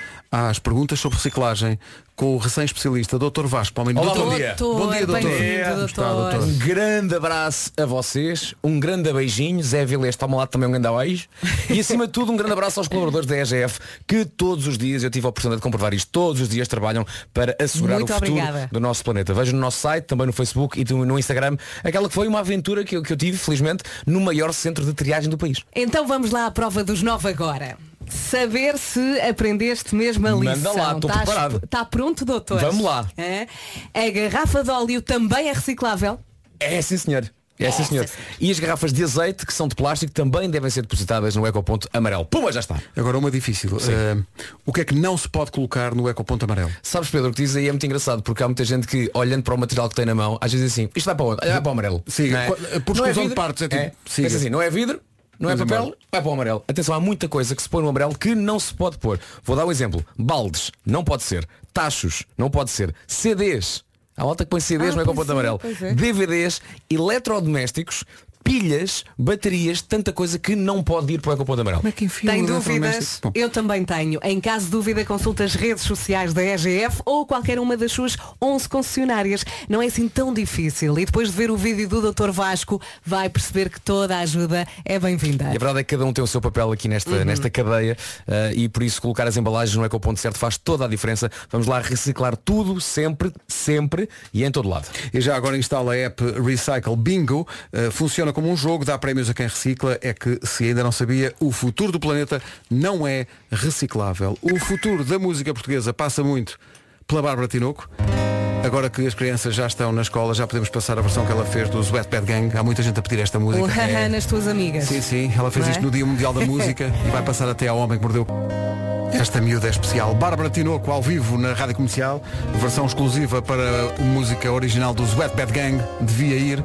às perguntas sobre reciclagem com o recém-especialista doutor Vasco Palmeiras. Olá, doutor, bom dia. Bom dia, doutor. Bem-vindo, Está, doutor. doutor. Um grande abraço a vocês, um grande beijinho, Zé Vilés está ao meu lado também, um grande beijo. E acima de tudo um grande abraço aos colaboradores da E G F, que todos os dias, eu tive a oportunidade de comprovar isto, todos os dias trabalham para assegurar Muito o futuro obrigada. do nosso planeta. Vejo no nosso site, também no Facebook e no Instagram, aquela que foi uma aventura que eu, que eu tive, felizmente, no maior centro de triagem do país. Então vamos lá à prova dos nove agora. Saber se aprendeste mesmo a Manda lição. lá, estou preparado. Está pronto, doutor? Vamos lá. É? A garrafa de óleo também é reciclável? É sim, senhor. É sim, senhor. E as garrafas de azeite, que são de plástico, também devem ser depositadas no ecoponto amarelo. Puma, já está. Agora uma difícil. Uh, o que é que não se pode colocar no ecoponto amarelo? Sabes, Pedro, o que diz aí é muito engraçado, porque há muita gente que, olhando para o material que tem na mão, às vezes assim, isto vai para onde? Ah, vai para o amarelo. Siga. Não é? Por Não é exclusão de vidro? partes, é tipo, É. siga. Pensa assim, não é vidro, não é Vamos papel, embora. vai para o amarelo. Atenção, há muita coisa que se põe no amarelo que não se pode pôr. Vou dar um exemplo. Baldes, não pode ser. Tachos, não pode ser. C Ds. Há malta que põe C Ds Ah, no ecoponto pois é, amarelo. pois é. D V Ds, eletrodomésticos, pilhas, baterias, tanta coisa que não pode ir para o ecoponto amarelo. Como é que enfia Tem um dúvidas? eletrodoméstico? Bom, Eu também tenho. Em caso de dúvida, consulta as redes sociais da E G F ou qualquer uma das suas onze concessionárias. Não é assim tão difícil. E depois de ver o vídeo do doutor Vasco, vai perceber que toda a ajuda é bem-vinda. E a verdade é que cada um tem o seu papel aqui nesta, Uhum. nesta cadeia uh, e por isso colocar as embalagens no ecoponto certo faz toda a diferença. Vamos lá reciclar tudo, sempre, sempre e em todo lado. E já agora instala a app Recycle Bingo. Uh, funciona como um jogo, dá prémios a quem recicla. É que, se ainda não sabia, o futuro do planeta não é reciclável. O futuro da música portuguesa passa muito pela Bárbara Tinoco. Agora que as crianças já estão na escola, já podemos passar a versão que ela fez do Wet Bad Gang. Há muita gente a pedir esta música. O haha nas tuas amigas. Sim, sim, ela fez Não isto é? no Dia Mundial da Música e vai passar até ao Homem que Mordeu. Esta miúda é especial. Bárbara Tinoco ao vivo na Rádio Comercial, versão exclusiva para a música original dos Wet Bad Gang. Devia ir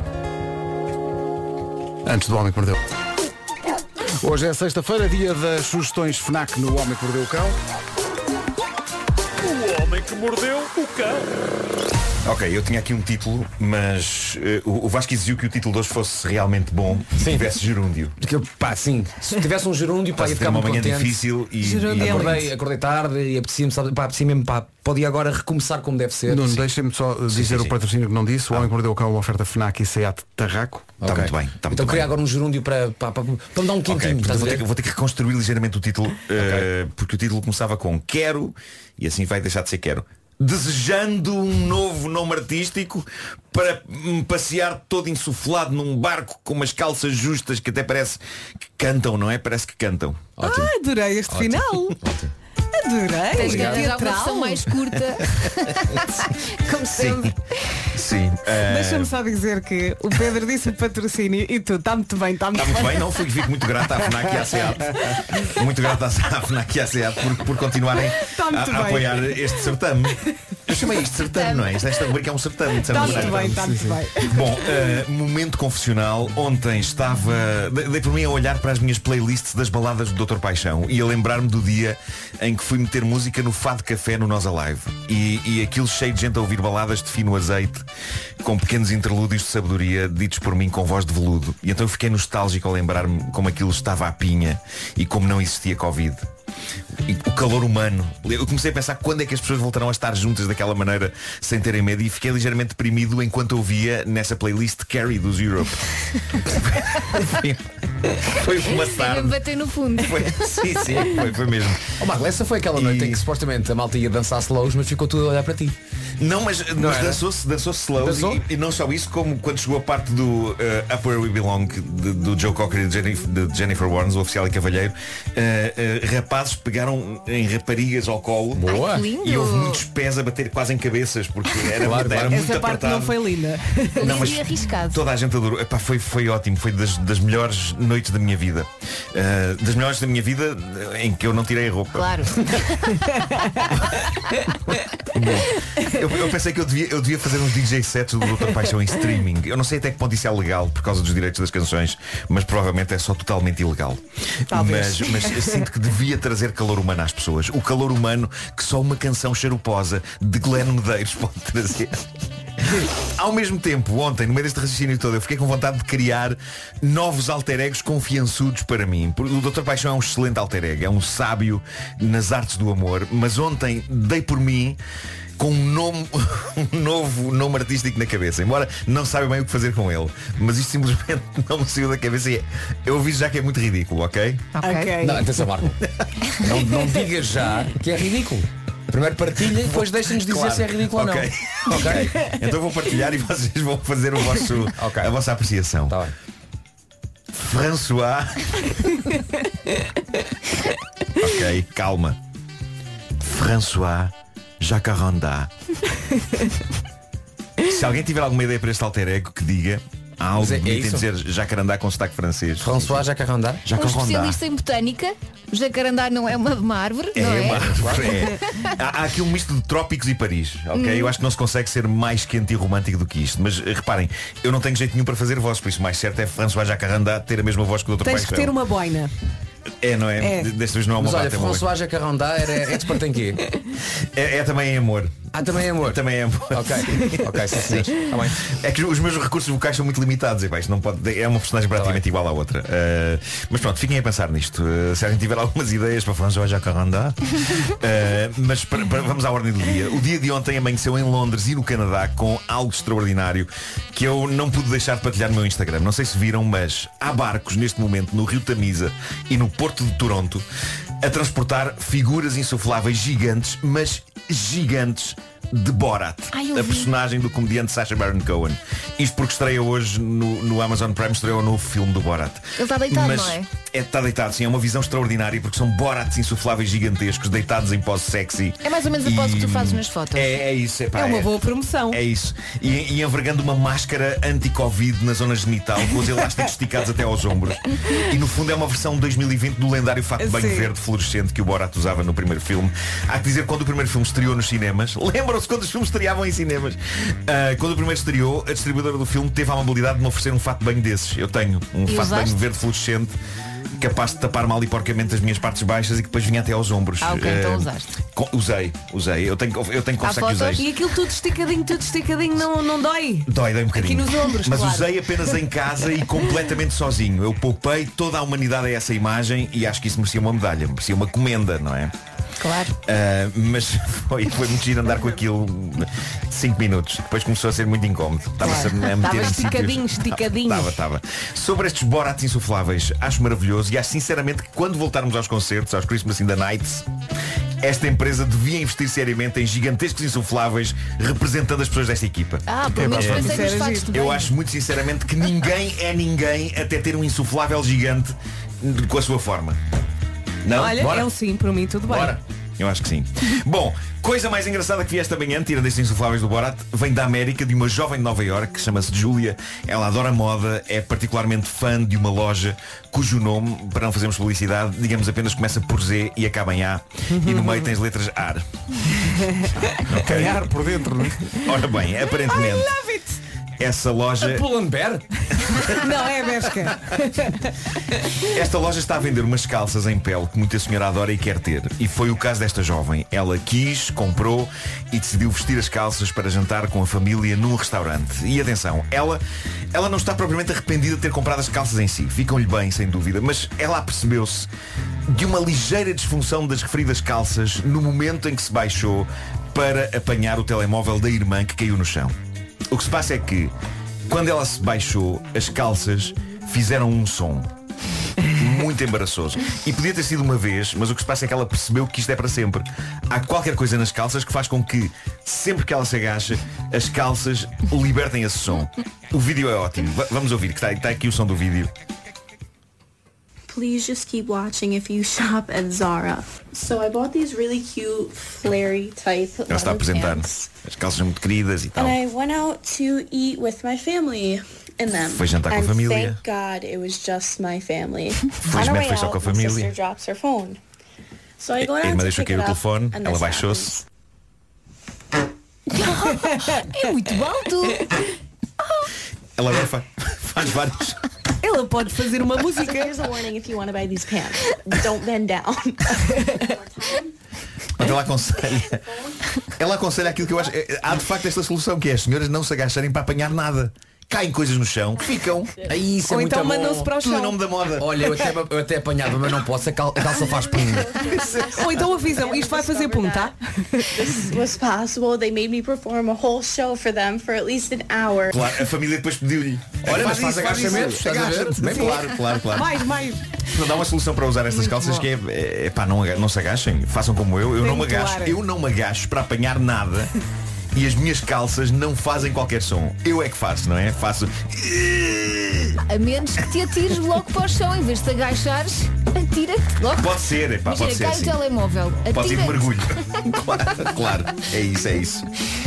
antes do Homem que Mordeu. Hoje é sexta-feira, dia das sugestões FNAC no Homem que Mordeu o Cão. O homem que mordeu o cão. Ok, eu tinha aqui um título, mas eh, o o Vasco exigiu que o título de hoje fosse realmente bom e tivesse gerúndio. Porque, pá, sim, se tivesse um gerúndio, pá, Estás ia a ter ficar uma muito manhã contente. difícil e, Gerúndio e é Acordei, lindo. acordei tarde e apetecia-me, sabe, pá, apetecia mesmo, pá, podia agora recomeçar como deve ser. Nuno, Sim. deixa-me só uh, dizer sim, o sim. patrocínio que não disse. O Homem que Mordeu o Cão é uma oferta FNAC e SEAT Tarraco. Está Ok. muito bem. Está muito Então queria bem. agora um gerúndio para, para, para, para me dar um Ok, quentinho. portanto, estás a vou, ter, ver? que- vou ter que reconstruir ligeiramente o título, eh, porque o título começava com quero e assim vai deixar de ser quero. Desejando um novo nome artístico para me passear todo insuflado num barco com umas calças justas que até parece que cantam, não é? Parece que cantam. Ótimo. Ah, adorei este Ótimo. final. Ótimo. Adorei. Tens que arranjar uma Teatral. versão mais curta. Como sempre. Sim. Uh... Deixa-me só dizer que o Pedro disse o patrocínio e tu, está muito bem, está muito, Está muito bem, não fui, fico muito grato à FNAC e à SEAT. Muito grato à FNAC e à SEAT por, por continuarem Tá a, muito a bem. apoiar este certame. Eu chamei isto de certame, não é? Esta rubrica é um certame. Está muito bem, está muito bem. Bom, uh, momento confessional. Ontem estava. Dei por mim a olhar para as minhas playlists das baladas do doutor Paixão e a lembrar-me do dia em que fui meter música no Fado Café no Nós Alive. E, e aquilo cheio de gente a ouvir baladas de fino azeite, com pequenos interlúdios de sabedoria ditos por mim com voz de veludo. E então eu fiquei nostálgico ao lembrar-me como aquilo estava à pinha e como não existia Covid. E o calor humano. Eu comecei a pensar quando é que as pessoas voltarão a estar juntas daquela maneira sem terem medo, e fiquei ligeiramente deprimido enquanto ouvia nessa playlist Carrie dos Europe. Foi uma tarde. Bater no fundo. Foi, sim, sim, foi, foi mesmo. Oh, Marco, essa foi aquela noite e... em que supostamente a malta ia dançar slows, mas ficou tudo a olhar para ti. Não, mas, mas dançou-se dançou slows Dançou? e, e não só isso, como quando chegou a parte do uh, Up Where We Belong de, do Joe Cocker e de Jennifer, de Jennifer Warnes, o oficial e cavalheiro, uh, uh, rapazes pegaram em raparigas ao colo. Boa. Ai, que lindo. E houve muitos pés a bater quase em cabeças, porque era, Claro, era claro. muito Essa parte apertado. não foi linda. Não, mas E arriscado. toda a gente adorou. Epá, foi, foi ótimo, foi das, das melhores noites da minha vida. Uh, das melhores da minha vida em que eu não tirei a roupa. Claro. Bom, eu, eu pensei que eu devia, eu devia fazer uns D J sets do doutor Paixão em streaming. Eu não sei até que ponto isso é legal por causa dos direitos das canções, mas provavelmente é só totalmente ilegal. Talvez. Mas, mas eu sinto que devia trazer calor humano às pessoas. O calor humano que só uma canção charuposa de Glenn Medeiros pode trazer. Ao mesmo tempo, ontem, no meio deste raciocínio todo, eu fiquei com vontade de criar novos alter egos confiançudos para mim. Porque o doutor Paixão é um excelente alter ego, é um sábio nas artes do amor. Mas ontem dei por mim com um, nome, um novo nome artístico na cabeça. Embora não saiba bem o que fazer com ele. Mas isto simplesmente não me saiu da cabeça. E eu ouvi já que é muito ridículo, ok? Ok. Não, atenção, Marco. não, não digas já que é ridículo. Primeiro partilha e depois deixa-nos dizer Claro. se é ridículo Ok. ou não. Ok? Então eu vou partilhar e vocês vão fazer o vosso, Ok. a vossa apreciação. Tá bem. François. Ok, calma. François Jacaranda. Se alguém tiver alguma ideia para este alter ego, que diga. Há algo Mas é- é bonito em isso? dizer jacarandá com sotaque francês. François Jacarandá. Um Jacarandá. especialista em botânica. O jacarandá não é uma, uma árvore, É, não é? uma- é. Há, há aqui um misto de trópicos e Paris, ok? Hum. Eu acho que não se consegue ser mais quente e romântico do que isto. Mas eh, reparem, eu não tenho jeito nenhum para fazer voz, por isso mais certo é François Jacarandá ter a mesma voz que o doutor Tens que Paixão. ter uma boina. É, não é? É. De- Desta vez não é uma Mas olha, bata, é uma François Jacarandá era, é de parte em quê? é, é também em amor. Ah, também é amor. Também é amor. Ok, ok, sim, sim. Tá bem. É que os meus recursos vocais são muito limitados. Epá, isto não pode, é uma personagem praticamente igual à outra. Uh, mas pronto, fiquem a pensar nisto. Uh, se alguém tiver algumas ideias para François Jacarandá. Uh, mas para, para, vamos à ordem do dia. O dia de ontem amanheceu em Londres e no Canadá com algo extraordinário que eu não pude deixar de partilhar no meu Instagram. Não sei se viram, mas há barcos neste momento no Rio Tamisa e no Porto de Toronto a transportar figuras insufláveis gigantes, mas gigantes, de Borat, Ai, eu a vi. personagem do comediante Sacha Baron Cohen. Isto porque estreia hoje no, no Amazon Prime, estreia o novo filme do Borat. Ele está deitado, Mas não é? Está deitado, sim, é uma visão extraordinária porque são Borats insufláveis gigantescos deitados em pose sexy. É mais ou menos a pose E- que tu fazes nas fotos. É, é isso, epá, É uma é- boa promoção. é isso. E, e envergando uma máscara anti-Covid na zona genital, com os elásticos esticados até aos ombros. E no fundo é uma versão dois mil e vinte do lendário fato de banho Sim. verde fluorescente que o Borat usava no primeiro filme. Há que dizer, quando o primeiro filme estreou nos cinemas, lembram-se quando os filmes estreavam em cinemas? Ah, quando o primeiro estreou, a distribuidora do filme teve a amabilidade de me oferecer um fato de banho desses. Eu tenho um E fato de usaste? banho verde fluorescente, capaz de tapar mal e porcamente as minhas partes baixas e que depois vinha até aos ombros. Ah, ok, então Ah, usaste. co- Usei, usei. Eu tenho, eu tenho que Há confessar que fotos? usei. E aquilo tudo esticadinho, tudo esticadinho, não, não dói? Dói, dói um Aqui bocadinho. nos ombros, Mas claro. usei apenas em casa e completamente sozinho. Eu poupei toda a humanidade a essa imagem e acho que isso merecia uma medalha, merecia uma comenda, não é? Claro. Ah, mas foi, foi muito giro andar com aquilo cinco minutos. Depois começou a ser muito incómodo. Estava-se a meter Estava em esticadinho, sítios- esticadinho. Estava, estava. Sobre estes Borats insufláveis, acho maravilhoso e acho sinceramente que quando voltarmos aos concertos, aos Christmas in the Nights, esta empresa devia investir seriamente em gigantescos insufláveis representando as pessoas desta equipa. Ah, pelo menos É. pensei nos fatos de Eu banho. acho muito sinceramente que ninguém é ninguém até ter um insuflável gigante com a sua forma. Não? Olha, Bora? é um sim, para mim tudo bem. Bora. Eu acho que sim. Bom, coisa mais engraçada que vi esta manhã, tirando estes insufláveis do Borat, vem da América, de uma jovem de Nova Iorque que chama-se Julia. Ela adora moda, é particularmente fã de uma loja cujo nome, para não fazermos publicidade, digamos apenas começa por Z e acaba em A. E no meio tens letras A R. Okay. Tem ar por dentro, não é? Ora bem, aparentemente I love it. essa loja... Pull&Bear? Não, é a Bershka. Esta loja está a vender umas calças em pele que muita senhora adora e quer ter. E foi o caso desta jovem. Ela quis, comprou e decidiu vestir as calças para jantar com a família num restaurante. E atenção, ela, ela não está propriamente arrependida de ter comprado as calças em si. Ficam-lhe bem, sem dúvida. Mas ela apercebeu-se de uma ligeira disfunção das referidas calças no momento em que se baixou para apanhar o telemóvel da irmã que caiu no chão. O que se passa é que, quando ela se baixou, as calças fizeram um som muito embaraçoso. E podia ter sido uma vez, mas o que se passa é que ela percebeu que isto é para sempre. Há qualquer coisa nas calças que faz com que, sempre que ela se agacha, as calças libertem esse som. O vídeo é ótimo. V- vamos ouvir, que está, está aqui o som do vídeo. Please just keep watching if you shop at Zara. So I bought these really cute, flary type Ela está a apresentar pants. as calças muito queridas e tal. And I went out to eat with my family in them. Foi jantar com a and família. Thank God it was just my family. Felizmente foi só com a My família. sister drops her phone. So I go A down irmã to deixou pick cair it o up, telefone, and ela this baixou-se. É muito alto. Ela agora faz, faz vários. Ela pode fazer uma música. Here's a warning if you want to buy these pants. Don't bend down. Mas ela aconselha. Ela aconselha aquilo que eu acho. Há de facto esta solução que é as senhoras não se agacharem para apanhar nada. Caem coisas no chão, ficam. Aí, isso é Ou muito então bom. mandam-se para o Tudo em chão. nome da moda. Olha, eu até, eu até apanhava, mas não posso. A cal- a calça faz pum. Ou então avisam, isto vai fazer pum, tá? This was possible. They made me perform a whole show for them for at least an hour. Claro, a família depois pediu-lhe. Olha, mas faz faz isso, faz agachamentos, isso, estás a ver? agacha-te. Bem Claro, claro, claro. Mais, mais. Não dá uma solução para usar estas Muito calças bom. que é, é, é pá, não, aga- não se agachem. Façam como eu. Eu Tem não me muito agacho. ar. Eu não me agacho para apanhar nada. E as minhas calças não fazem qualquer som. Eu é que faço, não é? Faço. A menos que te atires logo para o chão, em vez de te agachares, atira-te logo. Pode ser, epá, pode Imagina, ser cai assim. o telemóvel. Pode ir de atira-te. mergulho. Claro, claro. É isso, é isso.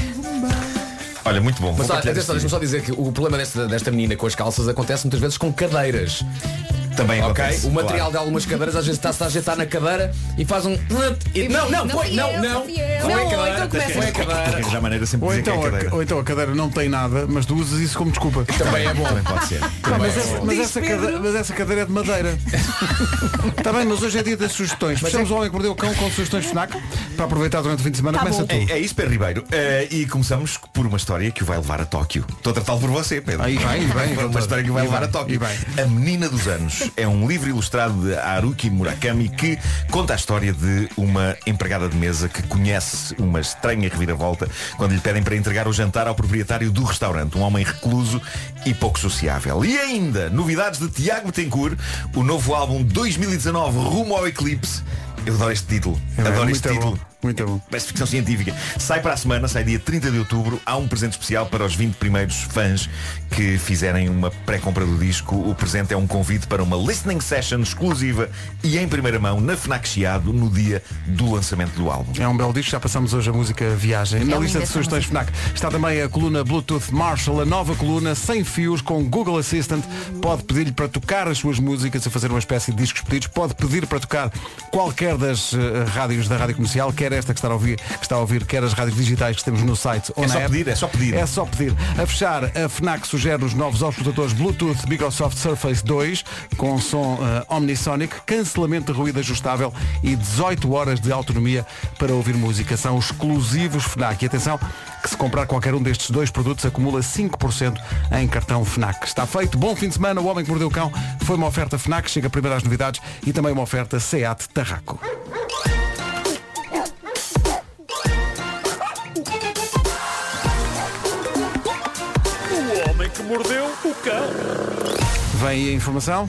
Olha, muito bom. Mas Vou olha, partilhar atenção, este deixa-me só dizer que o problema desta, desta menina com as calças acontece muitas vezes com cadeiras. Também Ok? acontece, O material claro. de algumas cadeiras às vezes está-se a ajeitar na cadeira e faz um. E, não, não, Não foi, fui não, eu, não. não fui eu. Foi a Não, cadeira. então começa. Foi a Tem que cadeira. arranjar maneira sempre Ou de dizer então, que é a a, cadeira. ou então a cadeira não tem nada, mas tu usas isso como desculpa. Também é bom. Também pode ser. Pá, Também mas, é essa, bom. mas, Diz essa Pedro. cadeira, mas essa cadeira é de madeira. Está bem, mas hoje é dia das sugestões. Fechamos o Homem que Mordeu o Cão com sugestões FNAC para aproveitar durante o fim de semana. Tá Começa bom. tu. É, é isso, Pedro Ribeiro. Eh, e começamos por uma história que o vai levar a Tóquio. Estou a tratá-lo por você, Pedro. Aí vai, e bem, Por uma história que o vai e levar bem, a Tóquio. e bem. A Menina dos Anos é um livro ilustrado de Haruki Murakami que conta a história de uma empregada de mesa que conhece uma estranha reviravolta quando lhe pedem para entregar o jantar ao proprietário do restaurante, um homem recluso e pouco sociável. E ainda, novidades de Tiago Betancourt, o novo álbum dois mil e dezanove Rumo ao Eclipse. Eu adoro este título. É bem, Adoro muito este título. bom, muito bom. Parece ficção científica. Sai para a semana, sai dia trinta de outubro. Há um presente especial para os vinte primeiros fãs que fizerem uma pré-compra do disco. O presente é um convite para uma listening session exclusiva e em primeira mão na FNAC Chiado no dia do lançamento do álbum. É um belo disco, já passamos hoje a música Viagem. Na É lista linda de essa sugestões FNAC está também a coluna Bluetooth Marshall, a nova coluna sem fios com Google Assistant. Pode pedir-lhe para tocar as suas músicas, a fazer uma espécie de discos pedidos. Pode pedir para tocar qualquer das uh, rádios da Rádio Comercial, quer esta que está a ouvir, que está a ouvir, quer as rádios digitais que temos no site ou É na só app. pedir, é só pedir. É só pedir. A fechar, a FNAC sugere os novos auscultadores Bluetooth Microsoft Surface dois com som uh, Omnisonic, cancelamento de ruído ajustável e dezoito horas de autonomia para ouvir música. São exclusivos FNAC. E atenção, que se comprar qualquer um destes dois produtos acumula cinco por cento em cartão FNAC. Está feito. Bom fim de semana. O Homem que Mordeu o Cão foi uma oferta FNAC. Chega primeiro às novidades e também uma oferta SEAT Tarraco. O homem que mordeu o cão. Vem aí a informação.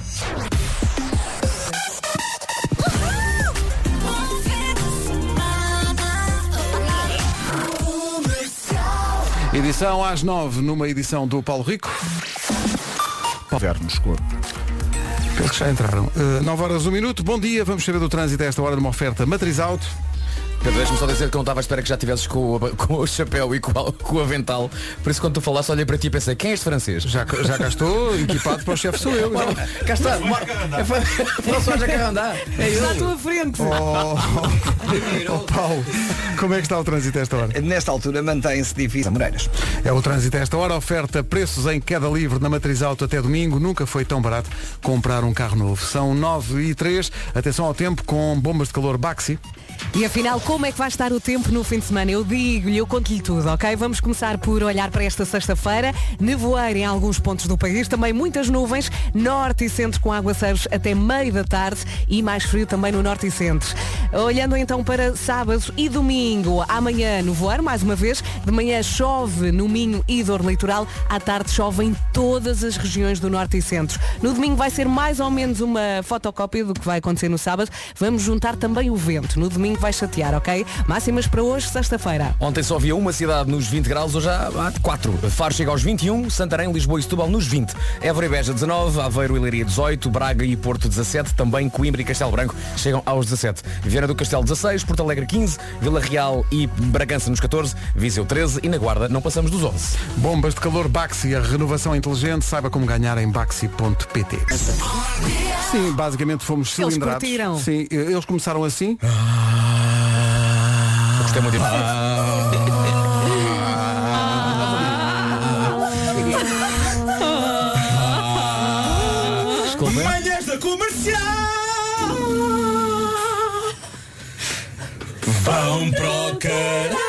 Edição às nove, numa edição do Paulo Rico. Vernos cor. Penso que já entraram. Uh, nove horas, um minuto. Bom dia. Vamos saber do trânsito a esta hora numa oferta Matriz Auto. Pedro, deixa-me só dizer que não estava à espera que já tivesses com o, com o chapéu e com, a- com o avental. Por isso quando tu falaste, olhei para ti e pensei, quem é este francês? Já, já cá estou, equipado para o chefe sou eu. Cá está, François Jacarandá. É Está à ele. tua frente. Oh, oh, Paulo, como é que está o trânsito a esta hora? Nesta altura mantém-se difícil. Moreiras. É o trânsito a esta hora, oferta preços em queda livre na Matriz Auto até domingo. Nunca foi tão barato comprar um carro novo. São nove e três. Atenção ao tempo com bombas de calor Baxi. E afinal, como é que vai estar o tempo no fim de semana? Eu digo-lhe, eu conto-lhe tudo, ok? Vamos começar por olhar para esta sexta-feira. Nevoeiro em alguns pontos do país, também muitas nuvens, norte e centro com aguaceiros até meio da tarde e mais frio também no norte e centro. Olhando então para sábado e domingo, amanhã nevoeiro, mais uma vez, de manhã chove no Minho e dor litoral, à tarde chove em todas as regiões do norte e centro. No domingo vai ser mais ou menos uma fotocópia do que vai acontecer no sábado. Vamos juntar também o vento. No domingo vai chatear, ok? Máximas para hoje, sexta-feira. Ontem só havia uma cidade nos vinte graus, hoje há há quatro. Faro chega aos vinte e um, Santarém, Lisboa e Setúbal nos vinte. Évora e Beja dezanove, Aveiro e Leiria dezoito, Braga e Porto dezassete, também Coimbra e Castelo Branco chegam aos dezassete. Viana do Castelo dezasseis, Porto Alegre quinze, Vila Real e Bragança nos catorze, Viseu treze e na Guarda não passamos dos onze. Bombas de calor Baxi, a renovação inteligente, saiba como ganhar em baxi ponto pt. Sim, basicamente fomos Eles cilindrados. curtiram. Sim, eles começaram assim. Eu gostei muito disso. Manhãs da Comercial vão para o caralho.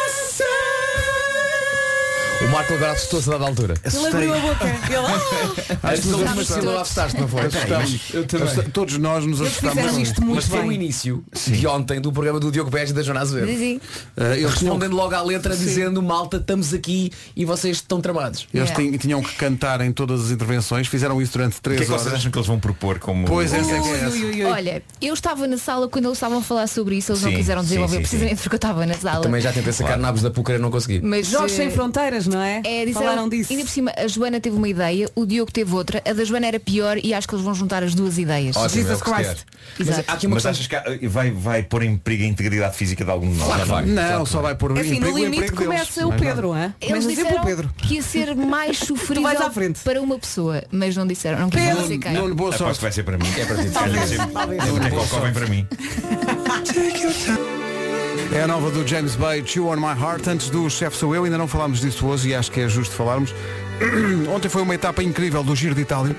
O Marco agora assustou-se a dada altura. Ele abriu a boca. Ele, ah! As pessoas mas tu não assustaste, não foi? Eu também. Todos nós nos Eles assustámos. fizeram isto muito Mas foi bem. o início de ontem do programa do Diogo Beja e da Joana Azevedo. Sim. Uh, eles tinham, Respondendo logo à letra dizendo, malta, estamos aqui e vocês estão tramados. eles Yeah. tinham, tinham que cantar em todas as intervenções. Fizeram isso durante O três que é que horas. vocês acham que eles vão propor como... Pois, essa é que é essa. Ui, ui, ui. Olha, eu estava na sala quando eles estavam a falar sobre isso, eles não Sim, quiseram sim, desenvolver, sim, precisamente porque eu estava na sala. Também já tentei sacar nabos da púcara e não consegui. Mas Jogos eh, sem fronteiras, não é? É, disseram, Falaram disso. ainda por cima, a Joana teve uma ideia, o Diogo teve outra, a da Joana era pior e acho que eles vão juntar as duas ideias. Ótimo, Jesus é o que se Christ. quer. Mas Exato. há aqui uma Mas questão. achas que há- vai, vai pôr em perigo a integridade física de algum de nós? Claro que vai. Não, só vai pôr Assim, em no perigo o limite emprego deles. começa o Mais nada. Pedro, hein? Eles Começa sempre disseram o Pedro. que ia ser mais sofrível vais à frente. para uma pessoa, mas não disseram, não quiseram dizer quem. Nuno, boa Aposto sorte. que vai ser para mim. É para ti. Calhar sempre. Até Cocó vem para mim. É a nova do James Bay, Chew on My Heart. Antes do Chefe Sou Eu, ainda não falámos disso hoje e acho que é justo falarmos. Ontem foi uma etapa incrível do Giro de Itália.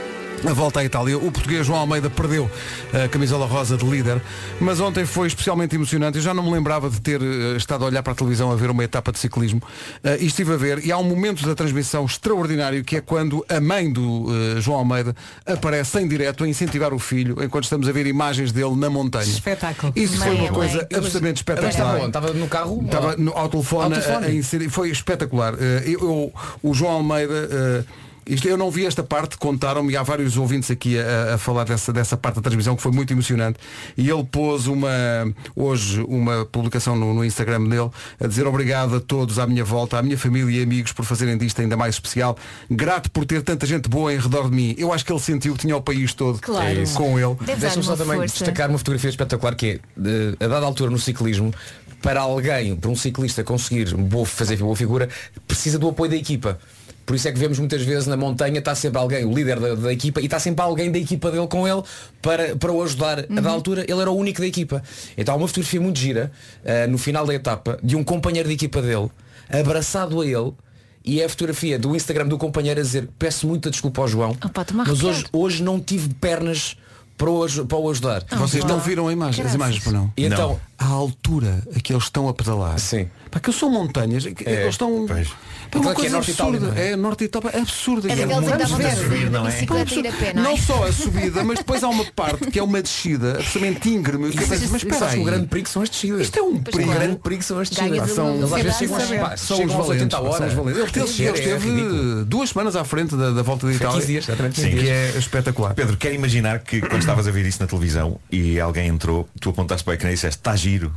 A volta à Itália, o português João Almeida perdeu a camisola rosa de líder, mas ontem foi especialmente emocionante. Eu já não me lembrava de ter uh, estado a olhar para a televisão a ver uma etapa de ciclismo uh, e estive a ver, e há um momento da transmissão extraordinário que é quando a mãe do uh, João Almeida aparece em direto a incentivar o filho enquanto estamos a ver imagens dele na montanha. Espetáculo. Isso foi Mãe uma é coisa mãe. absolutamente Mas estava espetacular. onde? Estava no carro? Estava no, ao telefone, Ao telefone. A, a inserir- foi espetacular. Eh, eu, eu- o João Almeida, eh, isto, eu não vi esta parte, contaram-me, e há vários ouvintes aqui a, a falar dessa, dessa parte da transmissão que foi muito emocionante. E ele pôs uma, hoje uma publicação no, no Instagram dele a dizer obrigado a todos à minha volta, à minha família e amigos por fazerem disto ainda mais especial. Grato por ter tanta gente boa em redor de mim. Eu acho que ele sentiu que tinha o país todo Claro. É isso. com ele. Deve Deixa-me dar só uma também força. destacar uma fotografia espetacular que é, de, a dada altura no ciclismo, para alguém, para um ciclista conseguir boa, fazer boa figura, precisa do apoio da equipa. Por isso é que vemos muitas vezes na montanha, está sempre alguém, o líder da, da equipa, e está sempre alguém da equipa dele com ele para, para o ajudar. A da altura ele era o único da equipa. Então há uma fotografia muito gira, uh, no final da etapa, de um companheiro da equipa dele, abraçado a ele, e é a fotografia do Instagram do companheiro a dizer, peço muita desculpa ao João, Opa, estou-me a mas arrepiar. hoje, hoje não tive pernas para o, aj- para o ajudar. Vocês não viram a imagem, as imagens, para não? E então, A altura a que eles estão a pedalar. Sim. Para que são montanhas, que É, eles estão. pois. Pá, uma Aquilo que é coisa Norte Itália, absurda. não é? É Norte Itália, é absurda. É E daqueles em que muito estavam a absurda. subir não da é? bicicleta e ir a pé, não é? Não só a subida, mas depois há uma parte que é uma descida absolutamente íngreme. Que eu penso, mas espera sabes que aí, o grande perigo são as descidas. isto é um Pois perigo. O claro. grande perigo são as Ganhas descidas. uma São- Eles às vezes velocidade chegam, a pá, São chegam os aos valentes. oitenta a São os hora. valentes. Ele, ele, ele É esteve ridículo. duas semanas à frente da, da volta de Itália. quinze dias, exatamente, Sim. quinze Que dias. é espetacular. Pedro, quero imaginar que quando estavas a ver isso na televisão e alguém entrou, tu apontaste para o ecrã e disseste, está giro, giro.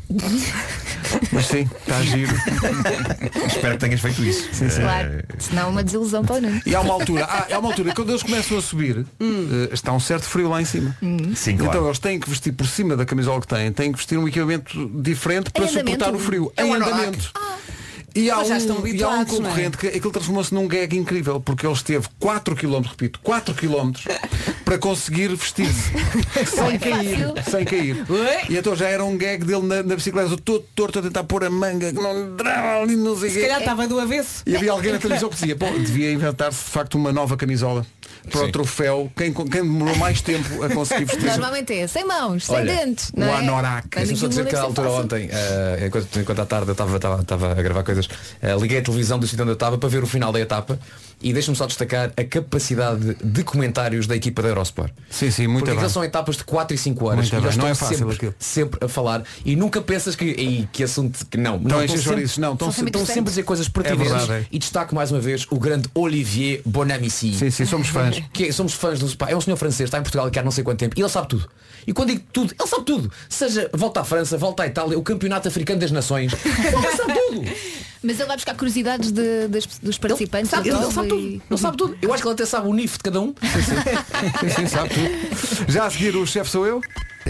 Mas sim, está giro. Espero que tenhas feito isso. Sim, sim. Claro, senão uma desilusão para o Nuno. E há uma altura, há, há uma altura, quando eles começam a subir, hum. uh, está um certo frio lá em cima. Hum. Sim, claro. Então eles têm que vestir por cima da camisola que têm, têm que vestir um equipamento diferente para Em suportar andamento? o frio. É em um andamento. E há, Mas já estão um, e há um habituados, não é? concorrente que aquilo transformou-se num gag incrível, porque ele esteve quatro quilómetros, repito, quatro quilómetros para conseguir vestir-se sem cair, sem cair. E então já era um gag dele na, na bicicleta, todo torto a tentar pôr a manga, que não entrava ali, não sei o Se quê. calhar estava do avesso. E havia alguém na televisão que dizia, pô, devia inventar-se de facto uma nova camisola para Sim. o troféu. Quem, quem demorou mais tempo a conseguir vestir? Normalmente é sem mãos, sem Olha, dentes. o Não é? anorak. Mas Deixa-me só dizer aquilo que à deve ser altura fácil. ontem, uh, enquanto, enquanto à tarde eu estava, estava, estava a gravar coisas, uh, liguei a televisão do sítio onde eu estava para ver o final da etapa e deixa-me só destacar a capacidade de comentários da equipa da Eurosport. Sim, sim, muito Porque bem. aquilo são etapas de quatro e cinco horas Muito e bem, eles não estão é fácil sempre, aquilo. sempre a falar e nunca pensas que, ei, que assunto que não. Não estão enchem sempre, chouriços, não, estão estão sempre sempre, sempre a dizer coisas pertinentes verdade, é. e destaco mais uma vez o grande Olivier Bonamici. Sim, sim, somos fãs. Que é- somos fãs do pá, é um senhor francês, está em Portugal aqui há não sei quanto tempo e ele sabe tudo. E quando digo tudo, ele sabe tudo. Seja volta à França, volta à Itália, o campeonato africano das nações. Ele sabe tudo. Mas ele vai buscar curiosidades de- das- dos participantes. Sabe, da ele, ele prova sabe tudo. e- Ele sabe tudo. Eu acho que ele até sabe o N I F de cada um. Sim, sim, sabe tudo. Já a seguir o chefe sou eu.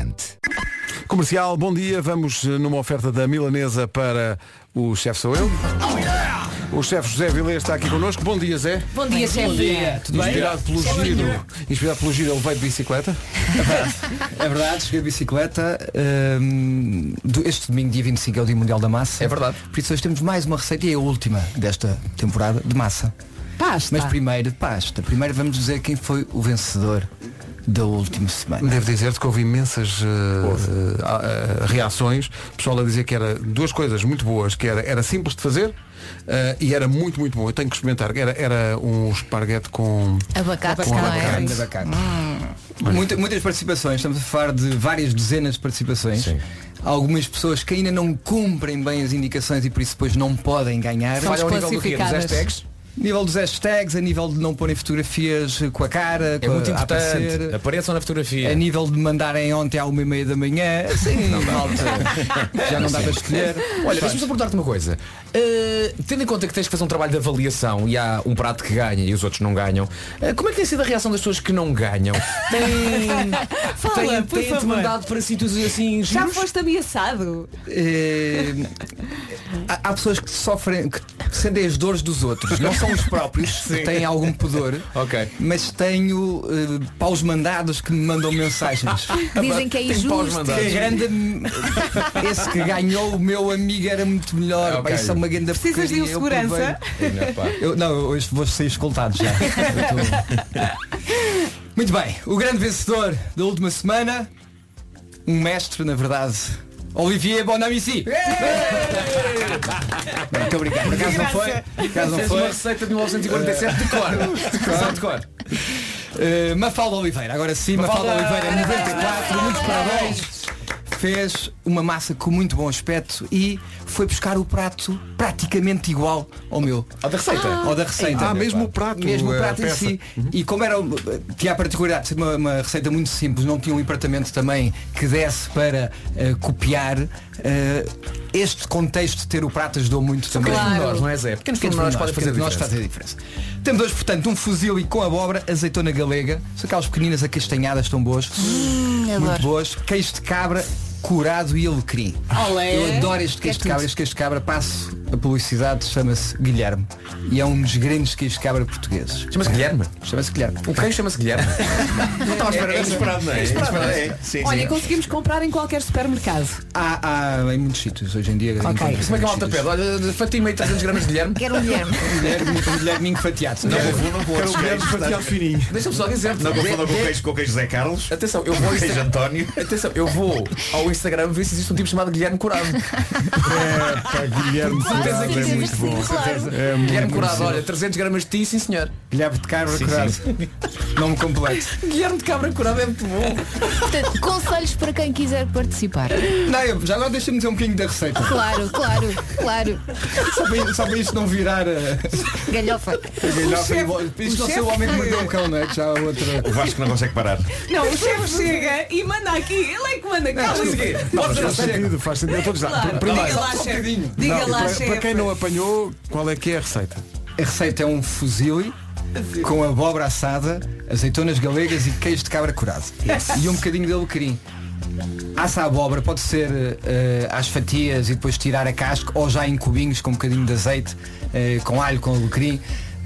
Comercial, bom dia. Vamos eh, numa oferta da Milanesa para o chefe sou eu. O chefe José Vilés está aqui connosco. Bom dia, Zé. Bom dia, chefe. Tudo bem? Inspirado pelo giro. Inspirado pelo giro, ele veio de bicicleta. É verdade, cheguei de bicicleta. hum, do- este domingo, dia vinte e cinco, é o Dia Mundial da Massa. É verdade. Por isso hoje temos mais uma receita e é a última desta temporada de massa. Pasta. Mas primeiro de pasta. Primeiro vamos dizer quem foi o vencedor da última semana. Devo dizer-te que houve imensas uh, uh, uh, reações. Pessoal a dizer que era duas coisas muito boas, que era, era simples de fazer uh, e era muito, muito bom. Eu tenho que experimentar. Era, era um esparguete com Abacate, com não é? abacate. Grande abacate. Muita- muitas participações, estamos a falar de várias dezenas de participações. Sim. Há algumas pessoas que ainda não cumprem bem as indicações e por isso depois não podem ganhar. São Falha ao nível do quê? Dos desclassificadas. hashtags? Nível dos hashtags, a nível de não porem fotografias com a cara, É com muito a, a importante. aparecer, Apareçam na fotografia. a nível de mandarem ontem à uma e meia da manhã, sim, malta, já não dá para escolher. Olha, deixa-me só perguntar-te uma coisa. Uh, tendo em conta que tens que fazer um trabalho de avaliação e há um prato que ganha e os outros não ganham, uh, como é que tem sido a reação das pessoas que não ganham? Tem, Fala, tem, por tem-te favor. mandado para sítios assim Já giros? foste ameaçado. Eh, há, há pessoas que sofrem, que sentem as dores dos outros, não são os próprios, que têm algum pudor, Ok. mas tenho eh, paus mandados que me mandam mensagens. Dizem que é Tem paus injusto. mandados. Que a grande, esse que ganhou o meu amigo era muito melhor. Ok. Pá, isso é uma grande Precisas de um porcaria, eu segurança? provei. Eu, não, eu hoje vou ser escoltado já. Eu tô- Muito bem, o grande vencedor da última semana, um mestre, na verdade, Olivier Bonamici. Bem, muito obrigado. Por acaso não foi? Por acaso não Fez foi? uma receita de mil novecentos e quarenta e sete de cor. Só de cor. Uh, Mafalda Oliveira, agora sim, Mafalda, Mafalda Oliveira, noventa e quatro, muitos parabéns. Fez uma massa com muito bom aspecto e foi buscar o prato praticamente igual ao meu. Ao da receita? Ao da receita. Ah, mesmo o prato. Mesmo o a prato em peça. si. E como era tinha a particularidade de ser uma, uma receita muito simples, não tinha um departamento também que desse para eh, copiar, eh, este contexto de ter o prato ajudou muito também. Pequenos pormenores, não é, Zé? Pequenos pormenores podem fazer a Nós diferença. fazem a diferença. Temos hoje, portanto, um fuzile com abóbora, azeitona galega, são aquelas pequeninas acastanhadas tão boas, Hum, muito adoro. boas, queijo de cabra, curado e alecrim. Olé. Eu adoro este queijo É de cabra, tudo. este queijo de cabra, passo a publicidade, chama-se Guilherme. E é um dos grandes queijos de cabra portugues. Chama-se Guilherme. Chama-se Guilherme. O queijo chama-se Guilherme. Não estava a esperar. É inesperado, não é? É inesperado, é. Sim, Olha, sim. conseguimos comprar em qualquer supermercado. Há, há em muitos sítios hoje em dia. Ok. encontra-se Como é que a em malta muitos pede? Olha, fatia e meio trezentos gramas de Guilherme. Quero um Guilherme. sítios. Guilherme, Guilherminho fatiado. Não confundam com Quero outros o Guilherme queijos. fatiado fininho. Deixa-me só dizer-te. Não confundam com o De- queijo com o queijo Zé Carlos. Atenção, eu vou ao Queijo Instagram. António. Atenção, eu vou ao Instagram ver se existe um tipo chamado Guilherme Curado. É, pá, Guilherme De certeza curado que é sim, muito bom. claro. É muito Guilherme bom. Curado, olha, trezentos gramas de ti, sim senhor. Guilherme de Cabra Sim, Curado. sim. Nome completo. Guilherme de Cabra Curado é muito bom. Portanto, conselhos para quem quiser participar. Não, eu, já agora deixa-me dizer um bocadinho da receita. Claro, claro, claro. Só para, só para isto não virar a, Galhofa. a galhofa. Isto não ser o homem que mordeu o cão, não é? Que já há outra. O Vasco não consegue parar. Não, o chefe chega e manda aqui. Ele é que manda cá. Não, mas faz sentido, faz sentido. Eu estou a dizer, Claro. primeiro, Diga lá, só um chefe. bocadinho. Diga não, lá, para, chefe. para quem não apanhou, qual é que é a receita? A receita é um fuzile com abóbora assada, azeitonas galegas e queijo de cabra curado. E um bocadinho de alecrim. Assa a abóbora, pode ser uh, às fatias e depois tirar a casca, ou já em cubinhos com um bocadinho de azeite, uh, com alho, com alecrim.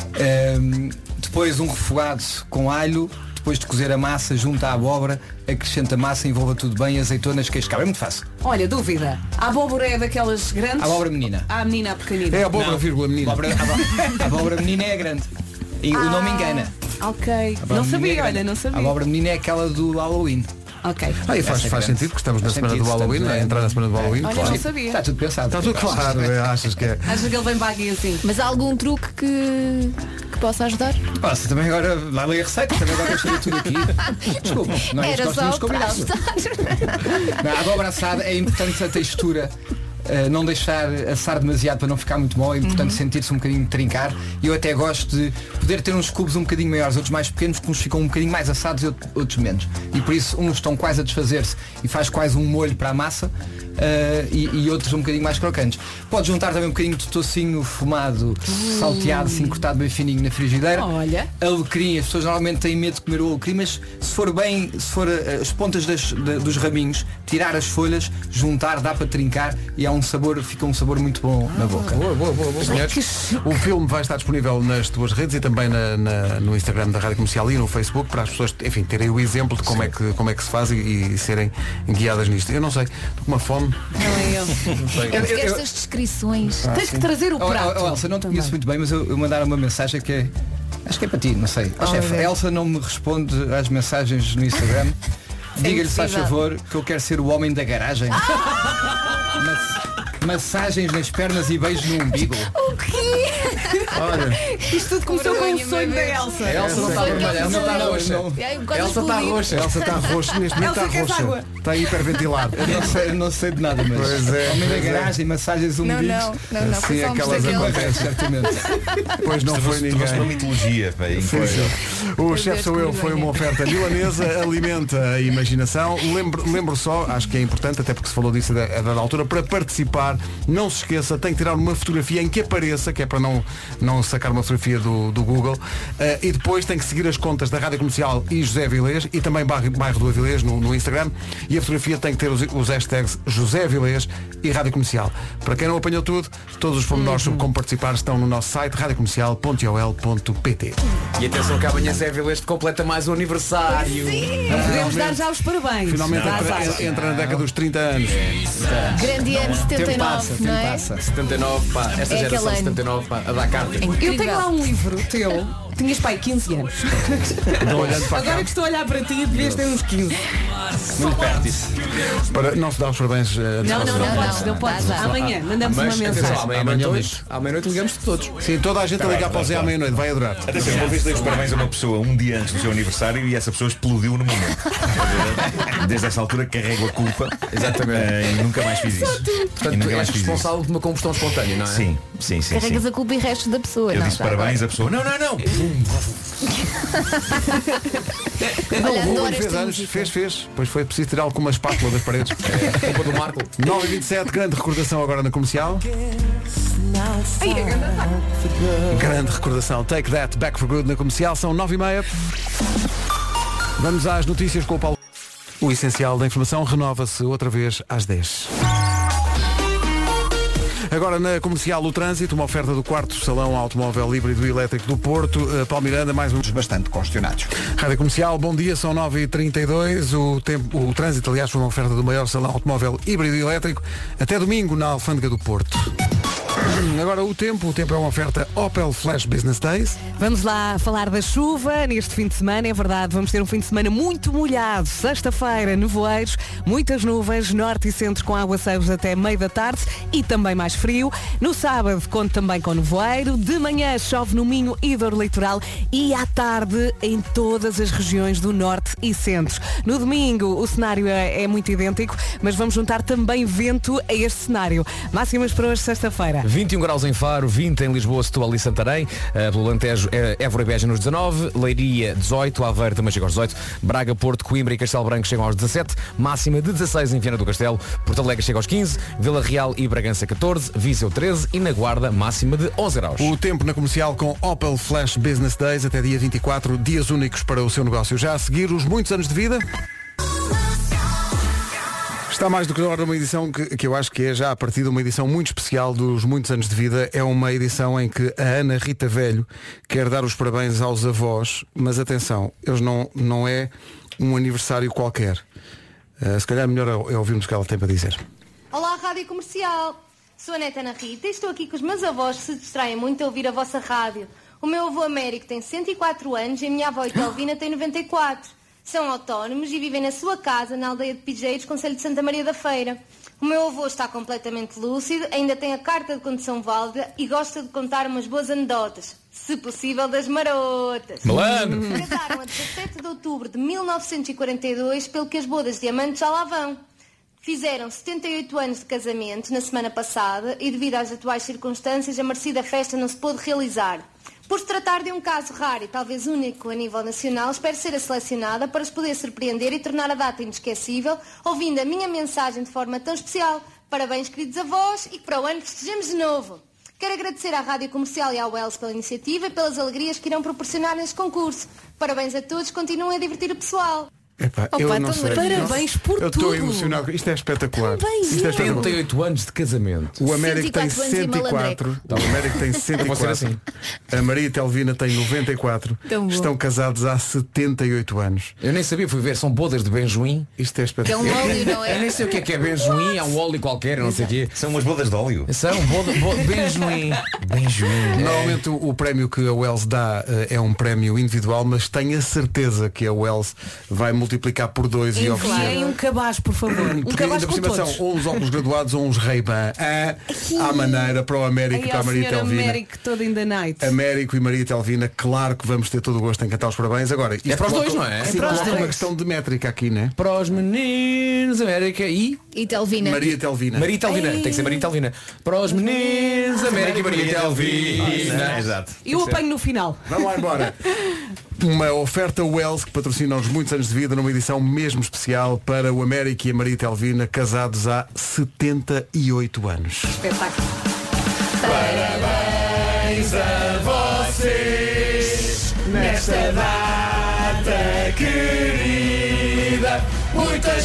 Uh, depois um refogado com alho. Depois de cozer a massa, junta a abóbora, acrescenta a massa, envolva tudo bem, azeitonas, queijo de cabra. É muito fácil. Olha, dúvida. A abóbora é daquelas grandes? A abóbora menina. Ah, a menina, a pequenina. É a abóbora, Não. vírgula, menina. A abóbora, a abóbora- a abóbora menina é a grande. E o nome engana. Ok. A abóbora Não menina é sabia, grande. olha, não sabia. A abóbora menina é aquela do Halloween. Ok. Ah, e faz, Essa é faz grande. sentido que estamos na Faz semana sentido, do Halloween, estamos, a é. entrar na semana do Halloween. Olha, claro. não sabia. Está tudo pensado. Está tudo claro, é, achas que é? Acho que ele vem para aqui assim. Mas há algum truque que, que possa ajudar? Nossa, também agora vai ler a receita, também agora deixei tudo aqui. Desculpa, nós Era nós só tínhamos para combinado. ajudar. Na abóbora assada é importante a textura. Uh, não deixar assar demasiado para não ficar muito mole, é importante sentir-se um bocadinho de trincar. E eu até gosto de poder ter uns cubos um bocadinho maiores, outros mais pequenos, que uns ficam um bocadinho mais assados e outro- outros menos. E por isso uns estão quase a desfazer-se e faz quase um molho para a massa, uh, e, e outros um bocadinho mais crocantes. Pode juntar também um bocadinho de tocinho fumado, salteado, assim cortado bem fininho na frigideira. Olha. Alecrim, as pessoas normalmente têm medo de comer o alecrim, mas se for bem, se for uh, as pontas das- da- dos raminhos, tirar as folhas, juntar, dá para trincar e há um sabor, fica um sabor muito bom na boca. Boa, boa, boa, boa. O filme vai estar disponível nas tuas redes e também na, na- no Instagram da Rádio Comercial e no Facebook para as pessoas, enfim, terem o exemplo de como, é que, como é que se faz e, e serem guiadas nisto. Eu não sei, estou com uma fome. Não é eu. É porque estas descrições. Ah, Tens sim. que trazer o Oh, prato. oh, oh, Elsa, não te conheço muito bem, mas eu, eu mandaram uma mensagem que é. Acho que é para ti, não sei. Ó, Oh, chefe, meu a Deus. Elsa não me responde às mensagens no Instagram. Diga-lhe, se faz impossível. favor, que eu quero ser o homem da garagem. Mas- massagens nas pernas e beijos no umbigo. O quê? Olha, Isto tudo começou com o Vergonha, sonho meu da Deus. Elsa. A Elsa não está Foi vermelha, a Elsa está aquele roxa. sonho. E aí, quase Elsa está explodiu. roxa. Elsa está roxa, neste momento Elsa, está queres roxa. água? Está hiperventilado. Eu não sei, não sei de nada, mas Pois é, homem da pois é. garagem, massagens Não, umbigos. não, não, não, foi Assim, só um aquelas pesadelo. acontecem, certamente. Pois não foi Tornou-se uma ninguém. mitologia, pá, incrível. O chefe sou eu foi uma oferta milanesa, alimenta a imaginação. Lembro, lembro só, acho que é importante, até porque se falou disso a da- a dada altura, para participar, não se esqueça, tem que tirar uma fotografia em que apareça, que é para não, não sacar uma fotografia do, do Google, eh, e depois tem que seguir as contas da Rádio Comercial e José Avilés e também bairro, bairro do Avilés no, no Instagram, e a fotografia tem que ter os, os hashtags José Avilés e Rádio Comercial. Para quem não apanhou tudo, todos os pormenores sobre como participar estão no nosso site radiocomercial ponto i o l ponto p t. E atenção que amanhã Zé Vilés completa mais um aniversário. Podemos dar já os parabéns. Finalmente Dá, dá. entra, entra na década dos trinta anos. Grande ano setenta e nove, não é? setenta e nove, pá, esta É geração aquele ano. setenta e nove, pá, a dar cartas. Eu tenho lá um livro teu. Tinhas pai quinze anos. Olhando para Agora cá. que estou a olhar para ti, devias ter uns quinze. Muito perto disso. Para, não se dá os parabéns. eh, Não, não, não, Não, podes, não, não podes. dá, dá. Amanhã, mandamos Mas, uma atenção, mensagem. à meia-noite hoje, à meia-noite ligamos todos. Sim, toda a gente a ligar para o Zé à meia-noite, vai adorar. Atenção, uma vez dei os parabéns a uma pessoa um dia antes do seu aniversário e essa pessoa explodiu no momento. Desde essa altura carrego a culpa. Exatamente. eh, e nunca mais fiz isso. E Portanto, nunca és mais fiz isso. responsável de uma combustão espontânea, não é? Sim, sim, sim. Carregas sim. a culpa e restos da pessoa. Eu não, disse já parabéns, a pessoa. Não, não, não! agora. Olha, O adoro Ruben fez esta anos, música. fez, fez. Pois foi preciso tirá-lo com uma espátula das paredes. Culpa do Marco. nove e vinte e sete, grande recordação agora na comercial. Grande recordação. Take that, back for good na comercial. São nove e meia. Vamos às notícias com o Paulo. O essencial da informação renova-se outra vez às dez. Agora na comercial o trânsito, uma oferta do quarto salão automóvel híbrido e elétrico do Porto. Uh, Paulo Miranda, mais um. Bastante congestionados. Rádio Comercial, bom dia, são nove e trinta e dois. O, tempo, o trânsito, aliás, foi uma oferta do maior salão automóvel híbrido e elétrico até domingo na Alfândega do Porto. Agora o tempo, o tempo é uma oferta Opel Flash Business Days. Vamos lá falar da chuva neste fim de semana, é verdade, vamos ter um fim de semana muito molhado. Sexta-feira, nevoeiros, muitas nuvens, norte e centro com aguaceiros até meio da tarde e também mais frio. No sábado, conto também com nevoeiro, de manhã chove no Minho e dor litoral e à tarde em todas as regiões do norte e centro. No domingo, o cenário é, é muito idêntico, mas vamos juntar também vento a este cenário. Máximas para hoje, sexta-feira. vinte e um graus em Faro, vinte em Lisboa, Setúbal e Santarém, uh, pelo Alentejo, uh, Évora e Beja nos dezanove, Leiria dezoito, Aveiro também chega aos dezoito, Braga, Porto, Coimbra e Castelo Branco chegam aos dezassete, máxima de dezasseis em Viana do Castelo, Porto Alegre chega aos quinze, Vila Real e Bragança catorze, Viseu treze e na Guarda máxima de onze graus. O tempo na comercial com Opel Flash Business Days até dia vinte e quatro, dias únicos para o seu negócio. Já a seguir, os muitos anos de vida. Está mais do que na hora uma edição que, que eu acho que é já a partir de uma edição muito especial dos muitos anos de vida. É uma edição em que a Ana Rita Velho quer dar os parabéns aos avós, mas atenção, eles não, não é um aniversário qualquer. Uh, se calhar melhor é, é ouvirmos o que ela tem para dizer. Olá, Rádio Comercial. Sou a neta Ana Rita e estou aqui com os meus avós que se distraem muito a ouvir a vossa rádio. O meu avô Américo tem cento e quatro anos e a minha avó Etelvina tem noventa e quatro. São autónomos e vivem na sua casa, na aldeia de Pigeiros, concelho de Santa Maria da Feira. O meu avô está completamente lúcido, ainda tem a carta de condução válida e gosta de contar umas boas anedotas, se possível das marotas. Malandro! Casaram a dezassete de outubro de mil novecentos e quarenta e dois, pelo que as bodas de diamantes já lá vão. Fizeram setenta e oito anos de casamento na semana passada e devido às atuais circunstâncias a merecida festa não se pôde realizar. Por se tratar de um caso raro e talvez único a nível nacional, espero ser a selecionada para os poder surpreender e tornar a data inesquecível, ouvindo a minha mensagem de forma tão especial. Parabéns, queridos avós, e que para o ano festejemos de novo. Quero agradecer à Rádio Comercial e à Wells pela iniciativa e pelas alegrias que irão proporcionar neste concurso. Parabéns a todos, continuem a divertir o pessoal. Epá, Opa, eu não sei. Parabéns por eu tudo. Eu estou emocionado. Isto é espetacular. Parabéns, Isto é setenta e oito anos de casamento. O Américo tem cento e quatro. O Américo tem cento e quatro. Assim. A Maria Telvina tem noventa e quatro. Estão casados há setenta e oito anos. Eu nem sabia, fui ver, são bodas de benjoim. Isto é espetacular. Que é um óleo, não é? Eu nem sei o que é que é benjoim, é um óleo qualquer, não sei o quê. São umas bodas de óleo. São bodas de benjoim. Benjoim. Normalmente o, o prémio que a Wells dá uh, é um prémio individual, mas tenho a certeza que a Wells vai multiplicar por dois e oferecer. Enviem um cabaz, por favor. Um Porque cabaz ainda por com cima todos. são ou uns óculos graduados ou uns Ray-Ban à, à maneira para o Américo e para a Maria Telvina. Américo todo in the night. Américo e Maria Telvina, claro que vamos ter todo o gosto em cantar os parabéns. Agora, isto é para os coloca, dois, não é? Sim, é para coloca uma questão de métrica aqui, né? Para os meninos, América e... E Telvina. Maria Telvina. Maria Telvina, tem que ser Maria Telvina. Para os meninos, América e Maria Telvina. Exato. E eu apanho no final. Vamos lá embora. Uma oferta Wells que patrocina os muitos anos de vida numa edição mesmo especial para o Américo e a Maria Telvina, casados há setenta e oito anos. Espetáculo. Parabéns a vocês nesta data querida. Muitas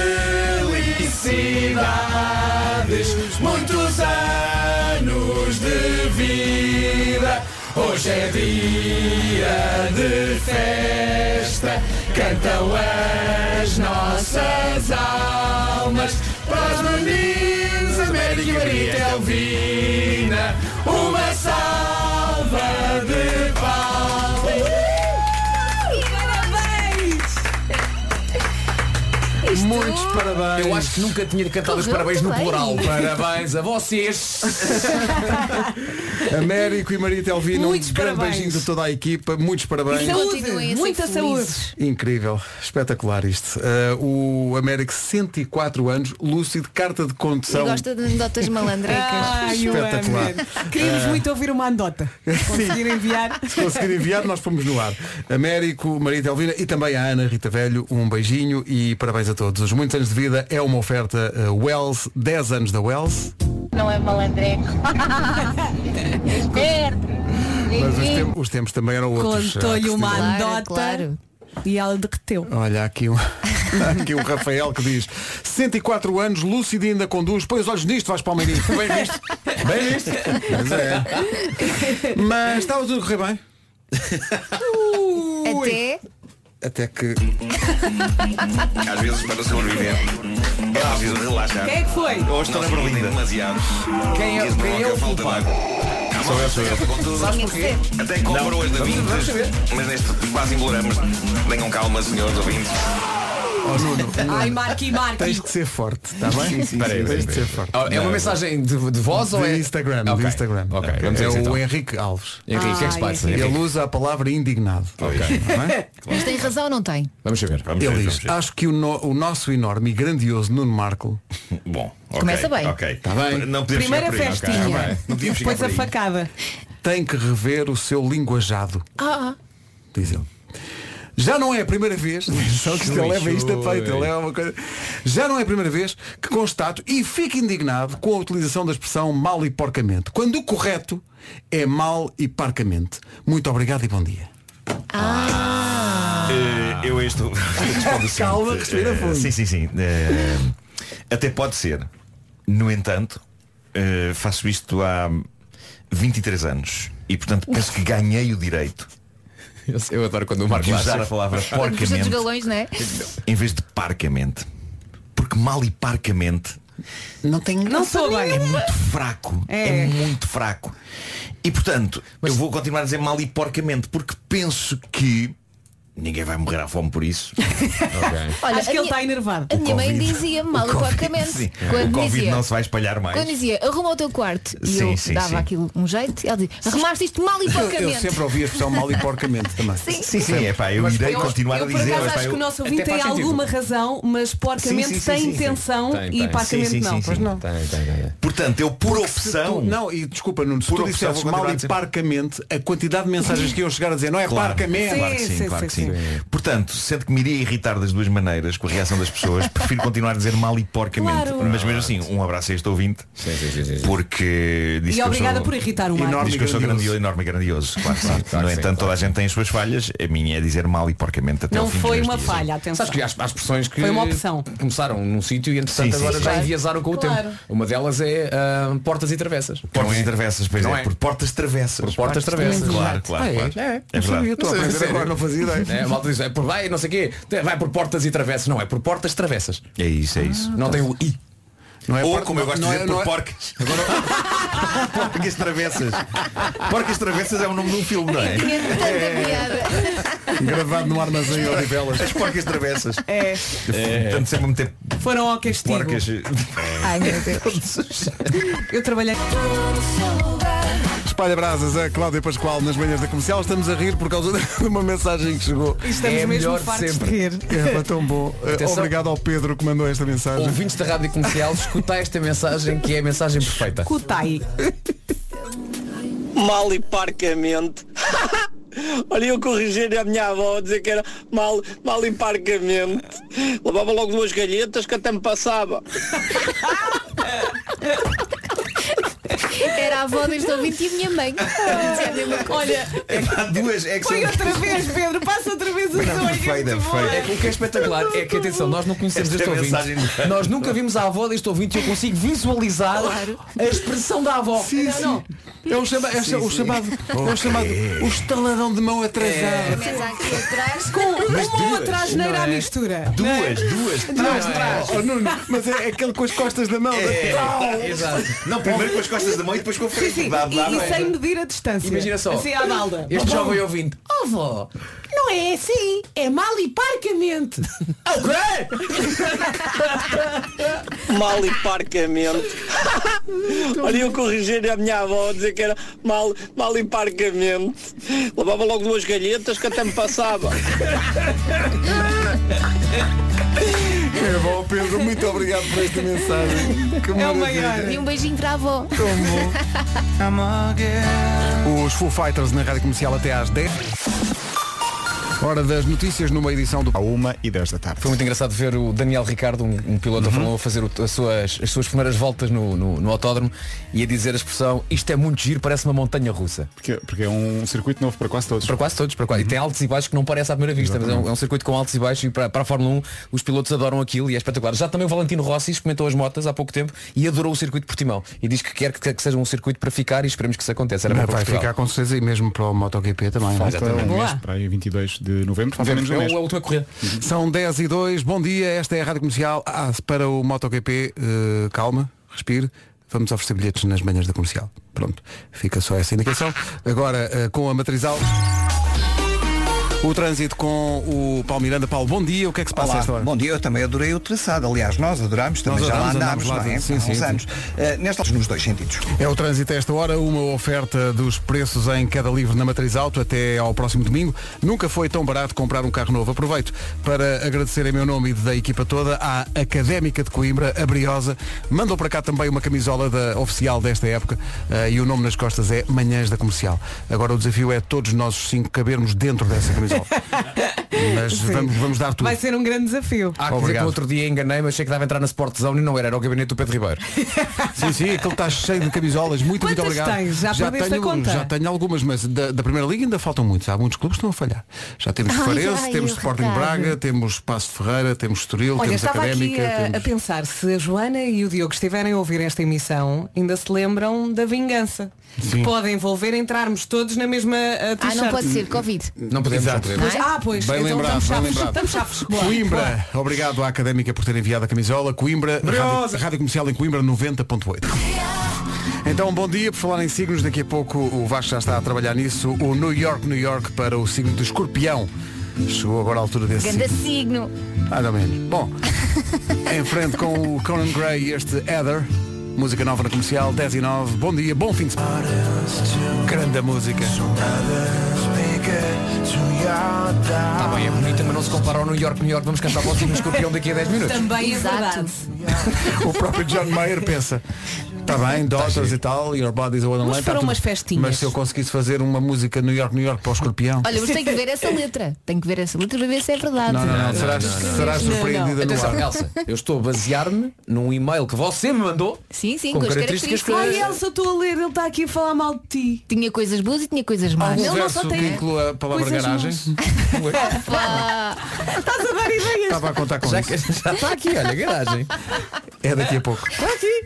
felicidades, muitos anos de vida. Hoje é dia de festa, cantam as nossas almas. Para os meninos, América e Maria Telvina, uma salva de palmas. Parabéns! Muitos parabéns. Eu acho que nunca tinha cantado os parabéns no plural. Parabéns a vocês. Américo e Maria Telvina, um grande parabéns. beijinho de toda a equipa. Muitos parabéns. Saúde, muita saúde. Incrível, espetacular isto. Uh, o Américo, cento e quatro anos, lúcido, carta de E condução. gosta de anedotas malandrecas. Ai, o Espetacular. Américo. Queríamos Uh, muito ouvir uma andota. Se conseguir enviar. Se conseguir enviar, nós fomos no ar. Américo, Maria Telvina e também a Ana Rita Velho, um beijinho e parabéns a todos. Os muitos anos de vida é uma oferta uh, Wells, dez anos da Wells. Não é malandreco. Esperto. Mas os, tem- os tempos também eram outros. Contou-lhe Ah, uma que se diga. andota claro. e ela derreteu. Olha, há aqui um, há aqui um Rafael que diz cento e quatro anos, lúcido e ainda conduz. Põe os olhos nisto, vais Palmeirinho. Bem visto. Bem visto. Mas é. Mas estava tudo a correr bem. Até... Até que Às vezes para sobreviver É preciso relaxar. Quem é que foi? Hoje estou na Berlinda. Demasiado. Quem é, quem é o culpado? Sou eu, sou eu. Sabes porquê? Até compro hoje da Vintes, vamos saber. mas neste quase embolamos. Tenham calma, senhores ouvintes. Oh, Nuno, Ai, Marqui, Marqui. tens que ser forte, está bem? Sim, sim, Peraí, sim, tens sim, de sim. ser forte. Oh, é uma mensagem de, de voz ou De é? Instagram, de Ok. Instagram. Ok, vamos É a isso, o então. Henrique Alves. Henrique, o que é que se Ai, passa? Ele Henrique? usa a palavra indignado. Ok. Não é? Mas tem razão ou não tem? Vamos ver. Vamos Ele ver, diz, vamos ver. acho que o, no- o nosso enorme e grandioso Nuno Marco Bom, ok, Começa bem. Ok. Tá bem. Não podemos Primeira chegar por aí. festinha. Ok, ok. Não podíamos chegar Depois por a aí. facada. tem que rever o seu linguajado, Ah, diz ele. Já não é a primeira vez, só que ele leva isto a peito, ele leva uma coisa. Já não é a primeira vez que constato e fico indignado com a utilização da expressão mal e porcamente, quando o correto é mal e parcamente. Muito obrigado e bom dia. Eh, eu estou. Calma, respira fundo. Sim, sim, sim. Eh, até pode ser. No entanto, eh, faço isto há vinte e três anos e portanto penso que ganhei o direito Eu, eu adoro quando o Marco de usar acha. a palavra puxa dos porcamente galões, não é? em vez de parcamente. Porque mal e parcamente Não tem Não sou bem. é muito fraco. É. É muito fraco. E portanto, eu vou continuar a dizer mal e porcamente porque penso que ninguém vai morrer à fome por isso. Olha, Acho que ele está enervado. A minha mãe Covid. dizia mal O Covid, porcamente. sim. Quando O Covid dizia, não se vai espalhar mais. quando dizia arruma o teu quarto e Sim, eu sim, dava sim. aquilo um jeito, ela dizia arrumaste isto mal e Eu, porcamente. eu sempre ouvi a expressão mal e porcamente também. Sim. Sim, sim, é pá, eu Mas irei eu- continuar Eu a por dizer. acaso mas, pá, acho eu- que o nosso Até ouvinte tem faz sentido. alguma razão, mas porcamente Sim, sim, sim, tem sim. intenção Tem, e tem. parcamente Sim, sim, não. sim, Pois sim. não. Tem, tem, tem. Portanto, eu por Se opção. tu- não, e desculpa Nuno, se Por tu opção, dissesses vou mal continuar a e dizer. parcamente, a quantidade de mensagens que iam chegar a dizer não é Claro, parcamente. claro que sim, Sim, claro sim, que sim. sim. Portanto, sendo que me iria irritar das duas maneiras com a reação das pessoas, prefiro continuar a dizer mal e porcamente. Claro. Mas mesmo assim, um abraço a este ouvinte, Sim, sim, sim, sim, sim. porque diz E que eu obrigada sou... por irritar o Marco. Enorme. Diz que eu sou grandioso. grandioso, enorme e grandioso. Claro que sim. claro No que sim, entanto, claro toda a gente tem as suas falhas. A minha é dizer mal e porcamente até Não ao fim dos foi meus uma dias. falha, atenção. Sabes que há, há expressões que Foi uma opção. começaram num sítio e entretanto Sim, sim, agora sim. já Claro. enviesaram com o Claro. tempo. Uma delas é ah, portas e travessas. Portas e travessas, pois Não é, é? por portas travessas. Por portas travessas. Claro, claro, Ah, é? claro. É, É Não verdade. sabia, estou a Sério, aprender sério. agora, não fazia ideia. É, a malta diz, é por vai, não sei o quê, vai por portas e travessas. Não, é por portas travessas. É isso, é isso. Não tem o I. Não é Ou, por- como eu gosto não de é- dizer, não por é- porcas. Porcas travessas. Porcas travessas é o nome de um filme, não é? Tinha tanta piada. Gravado no armazém de Odivelas. As porcas travessas. É. Portanto, sempre a meter Foram ao castigo. porcas. Ai meu Deus. Eu trabalhei. Espalha brasas, a Cláudia Pascoal nas manhãs da comercial. Estamos a rir por causa de uma mensagem que chegou. E estamos É mesmo melhor fartos sempre. de rir. É pá, tão bom. Eh, Atenção. Obrigado ao Pedro que mandou esta mensagem. Ouvintes da Rádio Comercial, escuta esta mensagem que é a mensagem perfeita. Cutai. Mal e parcamente. Olha, eu corrigir a minha avó a dizer que era mal, mal e parcamente. Levava logo duas galhetas que até me passava. Era a avó deste ouvinte e a minha mãe. Dizia a mesma coisa. Olha, É pá, duas. É que foi são- outra vez, Pedro. Passa outra vez o Não, sonho. perfeito, É muito bom. perfeito. O que é espetacular é que, atenção, nós não conhecemos Esta este é a ouvinte. mensagem do- Nós nunca vimos a avó deste ouvinte e eu consigo visualizar a expressão da avó. Sim, sim. É o, chama, é o chamado, é o chamado o estaladão de mão atrasado. Começa aqui atrás. Com uma duas, outra asneira não à é? mistura. Duas, duas. Duas trás. Oh, Nuno, mas é aquele com as costas da mão. É. Exato. Não, primeiro com as costas da mão e depois com a frente. Sim, Dá- dá- e, e dá- sem medir a distância. Imagina só. Assim à balda. Este jovem ouvinte. Oh, avó, Não é assim. É mal e parcamente. Mal e parcamente. Olha, eu corrigir a minha avó a dizer que era mal, mal e parcamente. Levava logo duas galhetas que até me passava. É bom, Pedro, muito obrigado por esta mensagem. Que É o maravilha. maior. E um beijinho para a avó. Os Foo Fighters na Rádio Comercial até às dez. Hora das notícias numa edição do... À uma e dez da tarde. Foi muito engraçado ver o Daniel Ricardo, um, um piloto da Fórmula um, a fazer o- as, suas, as suas primeiras voltas no, no, no autódromo e a dizer a expressão isto é muito giro, parece uma montanha russa. Porque, porque é um circuito novo para quase todos. Para quase todos, para quase. E tem altos e baixos que não parece à primeira vista, mas é um, é um circuito com altos e baixos e para, para a Fórmula um os pilotos adoram aquilo e é espetacular. Já também o Valentino Rossi experimentou as motas há pouco tempo e adorou o circuito de Portimão e diz que quer que, que seja um circuito para ficar e esperemos que isso aconteça. Era bom Não, para vai Portugal. ficar com certeza e mesmo para o MotoGP também. não é? Falta um Boa. mês para aí vinte e dois de de novembro, falta menos de um mês. É a última corrida. São dez e dois, bom dia, esta é a Rádio Comercial. Ah, para o MotoGP, uh, calma, respire. Vamos oferecer bilhetes nas manhãs da Comercial. Pronto, fica só essa indicação. Agora, uh, com a matriz alta, o trânsito com o Paulo Miranda. Paulo, bom dia, o que é que se passa Olá, esta hora? bom dia, eu também adorei o traçado. Aliás, nós adorámos, também Nós já lá adorámos, andámos, andámos lá, não é? sim, Há sim, uns sim. anos. Uh, nestas, nos dois sentidos. É o trânsito a esta hora, uma oferta dos preços em queda livre na Matriz Auto até ao próximo domingo. Nunca foi tão barato comprar um carro novo. Aproveito para agradecer em meu nome e da equipa toda à Académica de Coimbra, a Briosa. Mandou para cá também uma camisola da, oficial desta época uh, e o nome nas costas é Manhãs da Comercial. Agora o desafio é todos nós os cinco cabermos dentro dessa camisola. Mas vamos, vamos dar tudo. Vai ser um grande desafio. Há que dizer que no outro dia enganei, mas achei que dava a entrar na Sport Zone e não era, era o gabinete do Pedro Ribeiro. Sim, sim, aquele está cheio de camisolas. Muito, muito Quantas obrigado. tens? Já perdeste tenho, a conta? já tenho algumas, mas da, da Primeira Liga ainda faltam muitos. Há muitos clubes que estão a falhar. Já temos Ai, Farense, ai, temos o Sporting recado. Braga, temos Passo de Ferreira, temos Estoril, Olha, temos estava Académica. aqui a, temos... a pensar, se a Joana e o Diogo estiverem a ouvir esta emissão, ainda se lembram da vingança. Sim. Que pode envolver entrarmos todos na mesma uh, Ah, t-shirt. não pode ser Covid. Não podemos, não podemos. Pois, ah, pois, Bem então lembrado, estamos bem chaves, lembrado. estamos chaves. Boa, Coimbra, obrigado à Académica por ter enviado a camisola. Coimbra, Rádio, Rádio Comercial em Coimbra noventa ponto oito. Então, bom dia, por falar em signos, daqui a pouco o Vasco já está a trabalhar nisso. O New York, New York para o signo de Escorpião. Chegou agora a altura desse Ganda signo. signo. Mais ou menos. Bom, em frente com o Conan Gray, este Heather. Música nova na Comercial, dez e nove. Bom dia, bom fim de semana. Grande música. Está bem, é bonita, mas não se compara ao New York, New York. Vamos cantar para o signo de Escorpião daqui a dez minutos. Também é Exato. verdade. O próprio John Mayer pensa, está bem, daughters e tal, your body's a wonderland. Vamos para umas festinhas. Mas se eu conseguisse fazer uma música New York, New York para o Escorpião. Olha, mas tem que ver essa letra. Tem que ver essa letra para ver se é verdade. Não, não, não, serás, serás surpreendida no Atenção, ar. Elsa, eu estou a basear-me num e-mail que você me mandou. Sim, sim, Com com, as características características. Ai, Elsa, estou a ler, ele está aqui a falar mal de ti. Tinha coisas boas e tinha coisas más. Algum Ele não verso só tem que inclua a palavra coisas garagem? Pá. Estás a dar ideias. Estava a contar com Já, isso. que- já está aqui, olha, garagem. É daqui a pouco. Está aqui.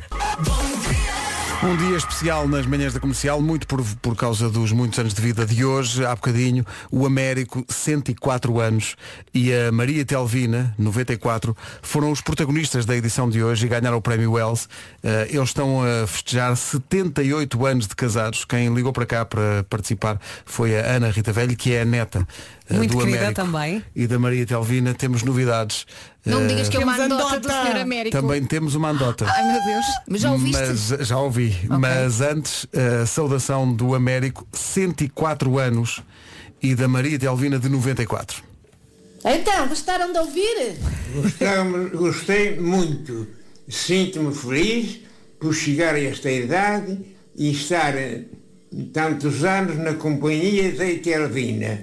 Um dia especial nas manhãs da Comercial, muito por, por causa dos muitos anos de vida de hoje. Há bocadinho, o Américo, cento e quatro anos, e a Maria Telvina, noventa e quatro, foram os protagonistas da edição de hoje e ganharam o prémio Wells. Uh, eles estão a festejar setenta e oito anos de casados. Quem ligou para cá para participar foi a Ana Rita Velho, que é a neta uh, Muito do querida Américo. também. E da Maria Telvina temos novidades. Não me Uh, digas que é uma Temos andota do andota. senhor Américo. Também temos uma andota. Ai meu Deus. Mas já ouviste? Mas, já ouvi. Mas antes, a saudação do Américo, cento e quatro anos, e da Maria Telvina, de noventa e quatro. Então, gostaram de ouvir? Gostamos, gostei muito. Sinto-me feliz por chegar a esta idade e estar eh, tantos anos na companhia da Telvina.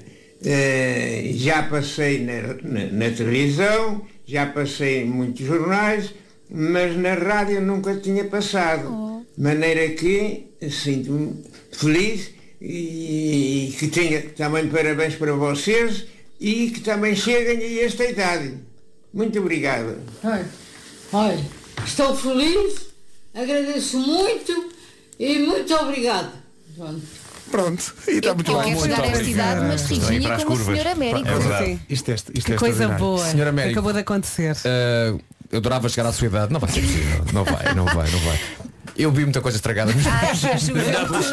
Eh, já passei na, na, na televisão, já passei em muitos jornais, mas na rádio nunca tinha passado. Oh. De maneira que sinto-me feliz e, e que tenha também parabéns para vocês e que também cheguem a esta idade. Muito obrigado. Olha, olha, estou feliz, agradeço muito e muito obrigado. Pronto. Pronto, e está muito Eu bem. quero chegar a esta idade, mas Estão aí para riquinha as como o curvas. senhor Américo. É verdade. Sim. Isto é, isto Que é coisa extraordinário. boa. Senhor Américo. Acabou de acontecer. Uh, eu adorava chegar à sua idade. Não vai ser possível. Não vai, não vai, não vai. Eu vi muita coisa estragada. Mas... Ai, já choveu.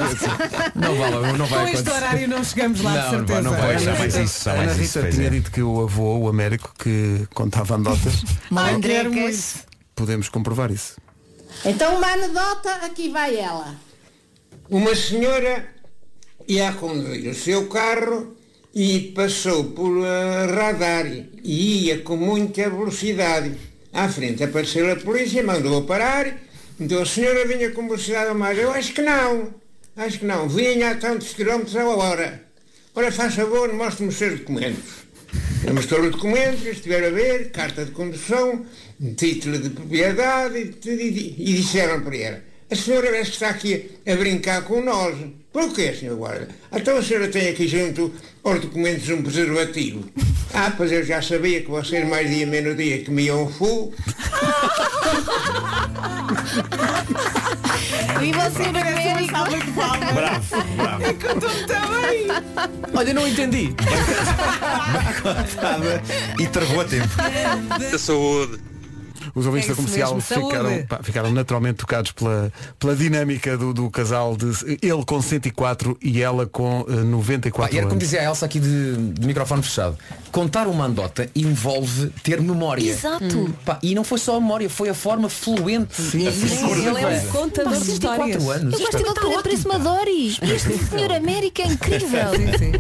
Não vai, não vai Com este acontecer. horário não chegamos lá, de Não, certeza. não vai, A Já Ana mais Rita, isso, já a Ana mais isso, Rita pois tinha é. dito que o avô, o Américo, que contava anedotas. Malandrecas. Podemos comprovar isso. Então uma anedota, aqui vai ela. Uma senhora ia a conduzir o seu carro e passou por uh, radar e ia com muita velocidade. À frente apareceu a polícia, mandou-a parar. Então a senhora vinha com velocidade a mais. Eu acho que não, acho que não. Vinha a tantos quilómetros a hora. Ora, faz favor, mostre-me os seus documentos. Eu mostrou os documentos, estiveram a ver, carta de condução, título de propriedade e, e, e disseram para ela: a senhora parece que está aqui a brincar com nós. Por quê, senhor guarda? Então a senhora tem aqui junto aos documentos um preservativo. Ah, pois eu já sabia que vocês mais dia menos dia comiam fu Viva o senhor Américo! Bravo, bravo. É contou-me também. Olha, não entendi. Contada e travou a tempo. Da saúde. Os ouvintes É da comercial mesmo, ficaram, saúde. pá, ficaram naturalmente tocados pela, pela dinâmica do, do casal de ele com cento e quatro e ela com uh, noventa e Pá, quatro e era como anos. dizia a Elsa aqui de, de microfone fechado. Contar uma andota envolve ter memória. Exato. Hum. Pá, e não foi só a memória, foi a forma fluente. Sim, e sim, fluida. ele é um contador Pá, de cento e quatro histórias. anos. Eu gosto de Isto é- ele parece uma Doris. Este senhor América é incrível. Sim, sim.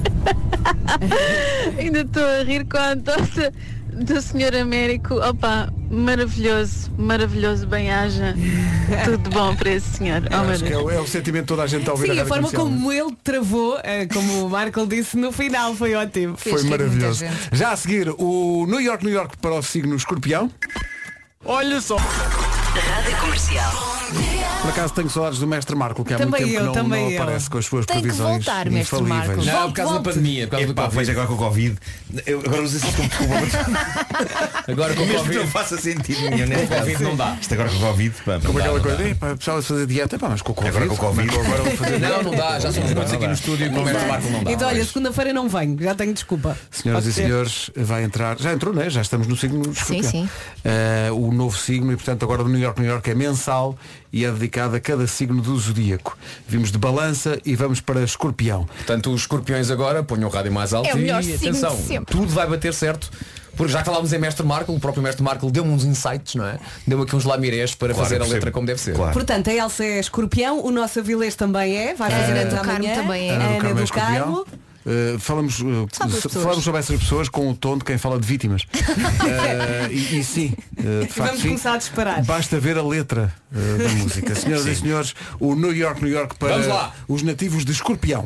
Ainda estou a rir com a andota do senhor Américo. Opa, maravilhoso, maravilhoso, bem-haja. Tudo bom para esse senhor. Oh, meu Acho que é, Deus. o, é o sentimento de toda a gente a ouvir. Sim, a a forma comercial. como ele travou, eh, como o Marco disse no final, foi ótimo. Foi maravilhoso. Já a seguir, o New York, New York para o signo Escorpião. Olha só. Rádio Comercial. Por acaso tenho saudades do Mestre Marco, que há Também muito tempo eu, que não, também não eu. aparece com as suas Tem que previsões voltar, Mestre Marco. infalíveis. Não, por causa da pandemia, por causa do Epá, Covid. veja agora com o Covid. Eu agora uso isso como desculpa. Agora com o Mesmo que Covid. não faça sentido nenhum Com neste o Covid caso. não dá. Isto agora com o Covid. Pá, Como não aquela dá, coisa, não dá. "Epá, precisava de fazer dieta, pá, mas com o Covid. Agora com o Covid. Agora vou fazer Não, não dá, já somos muitos aqui no estúdio e com o Mestre Marco não dá. Então, olha, Mas- segunda-feira não venho, já tenho desculpa. Senhoras Pode e ser. senhores, vai entrar, já entrou, né? Já estamos no signo do Sim, Escorpião. sim. Eh, o novo signo e portanto agora do New York, New York é mensal e é dedicado a cada signo do zodíaco. Vimos de Balança e vamos para Escorpião. Portanto, os escorpiões agora ponham o rádio mais alto É o e melhor signo de atenção, sempre. tudo vai bater certo. Porque já que falámos em Mestre Marco, o próprio Mestre Marco deu-me uns insights, não é? Deu-me aqui uns lamirés para Claro, fazer a percebo. letra como deve ser. Claro. Portanto, a Elsa é Escorpião, o nosso Avilés também é, vai fazer Ana anos do Carmo amanhã. também é. Ana do Ana Carmo é do Carmo. Escorpião. Uh, falamos, uh, Sabe as s- pessoas. falamos sobre essas pessoas com o tom de quem fala de vítimas. Uh, e, e sim, uh, de facto, Vamos sim. começar a disparar. Basta ver a letra uh, da música. Senhoras e senhores, o New York, New York para Vamos lá. os nativos de Escorpião.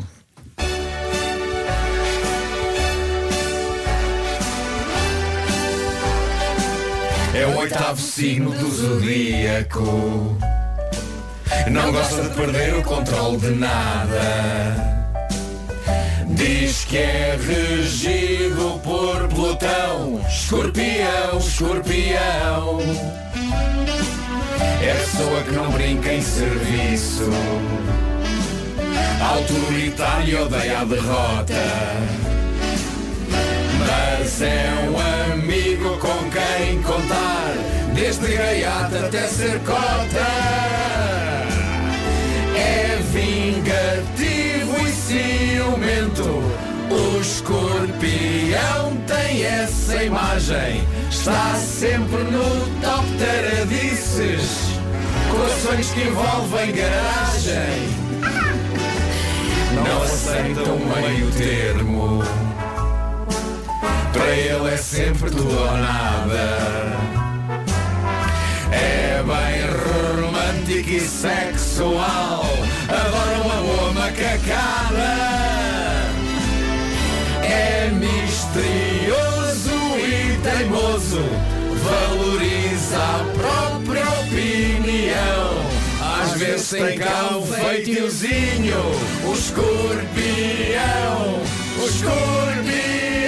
É o oitavo signo do zodíaco. Não gosta de perder o controle de nada. Diz que é regido por Plutão. Escorpião, escorpião. É pessoa que não brinca em serviço. Autoritário e odeia a derrota. Mas é um amigo com quem contar, desde gaiata até ser cota. É vingativo e ciumento. O escorpião tem essa imagem. Está sempre no top taradices, corações que envolvem garagem. Não aceitam meio termo. Para ele é sempre tudo ou nada. É bem romântico e sexual. Adora uma boa macacada. É misterioso e teimoso. Valoriza a própria opinião. Às vezes tem cá um feitiozinho. O escorpião. O escorpião.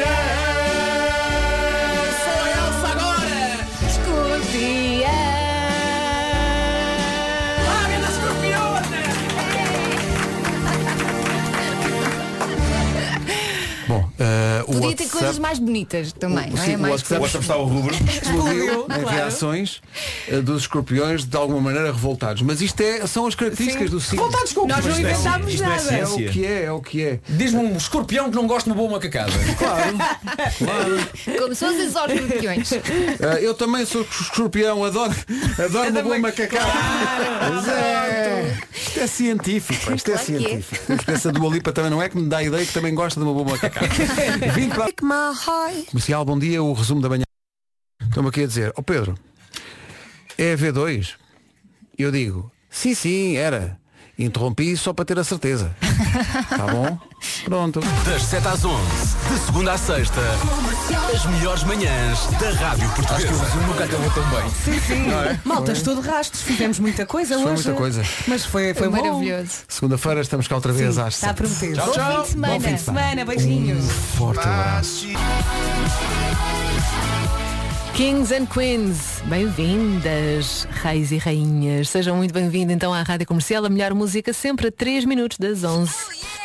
Bom, uh, o Podia WhatsApp, ter coisas mais bonitas também, não é? sim, o Mais WhatsApp, O WhatsApp está ao rubro. explodiu em claro. reações uh, dos escorpiões de alguma maneira revoltados. Mas isto é, são as características do signo. Voltados com o Nós não Isto é- inventámos isto é nada. É ciência. o que é, é o que é. Diz-me um escorpião que não gosta de uma boa macacada. Claro, claro. Como são os escorpiões. Uh, eu também sou escorpião, adoro, adoro uma boa macacada. Mas é, isto é científico, pá, isto é Claro que é. científico. A experiência do Alipa também não é que me dá a ideia que também gosta de uma boa macacada. Vim para Comercial, bom dia, o resumo da manhã. Estão-me aqui a dizer, ó Pedro, é a V dois? Eu digo, sim, sim, era. Interrompi só para ter a certeza. Tá bom? Pronto. Das sete às onze, de segunda à sexta, as melhores manhãs da Rádio Portuguesa. Acho que o resumo nunca acabou tão bem. Sim, sim. Não é? Malta, Foi. estou de rastros, fizemos muita coisa Foi hoje. muita coisa. Mas foi, foi, Foi bom. maravilhoso. Segunda-feira estamos cá outra vez Sim, às está sete. prometido. Tchau, Bom tchau. fim de semana. Bom fim de semana. Semana, beijinhos. Forte abraço. Kings and Queens, bem-vindas, reis e rainhas. Sejam muito bem-vindos então à Rádio Comercial, a melhor música sempre a três minutos das onze.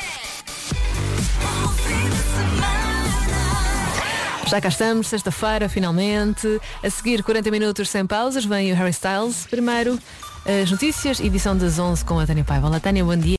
Já cá estamos, sexta-feira, finalmente. A seguir, quarenta minutos sem pausas, vem o Harry Styles. Primeiro, as notícias, edição das onze com a Tânia Paiva. Olá, Tânia, bom dia.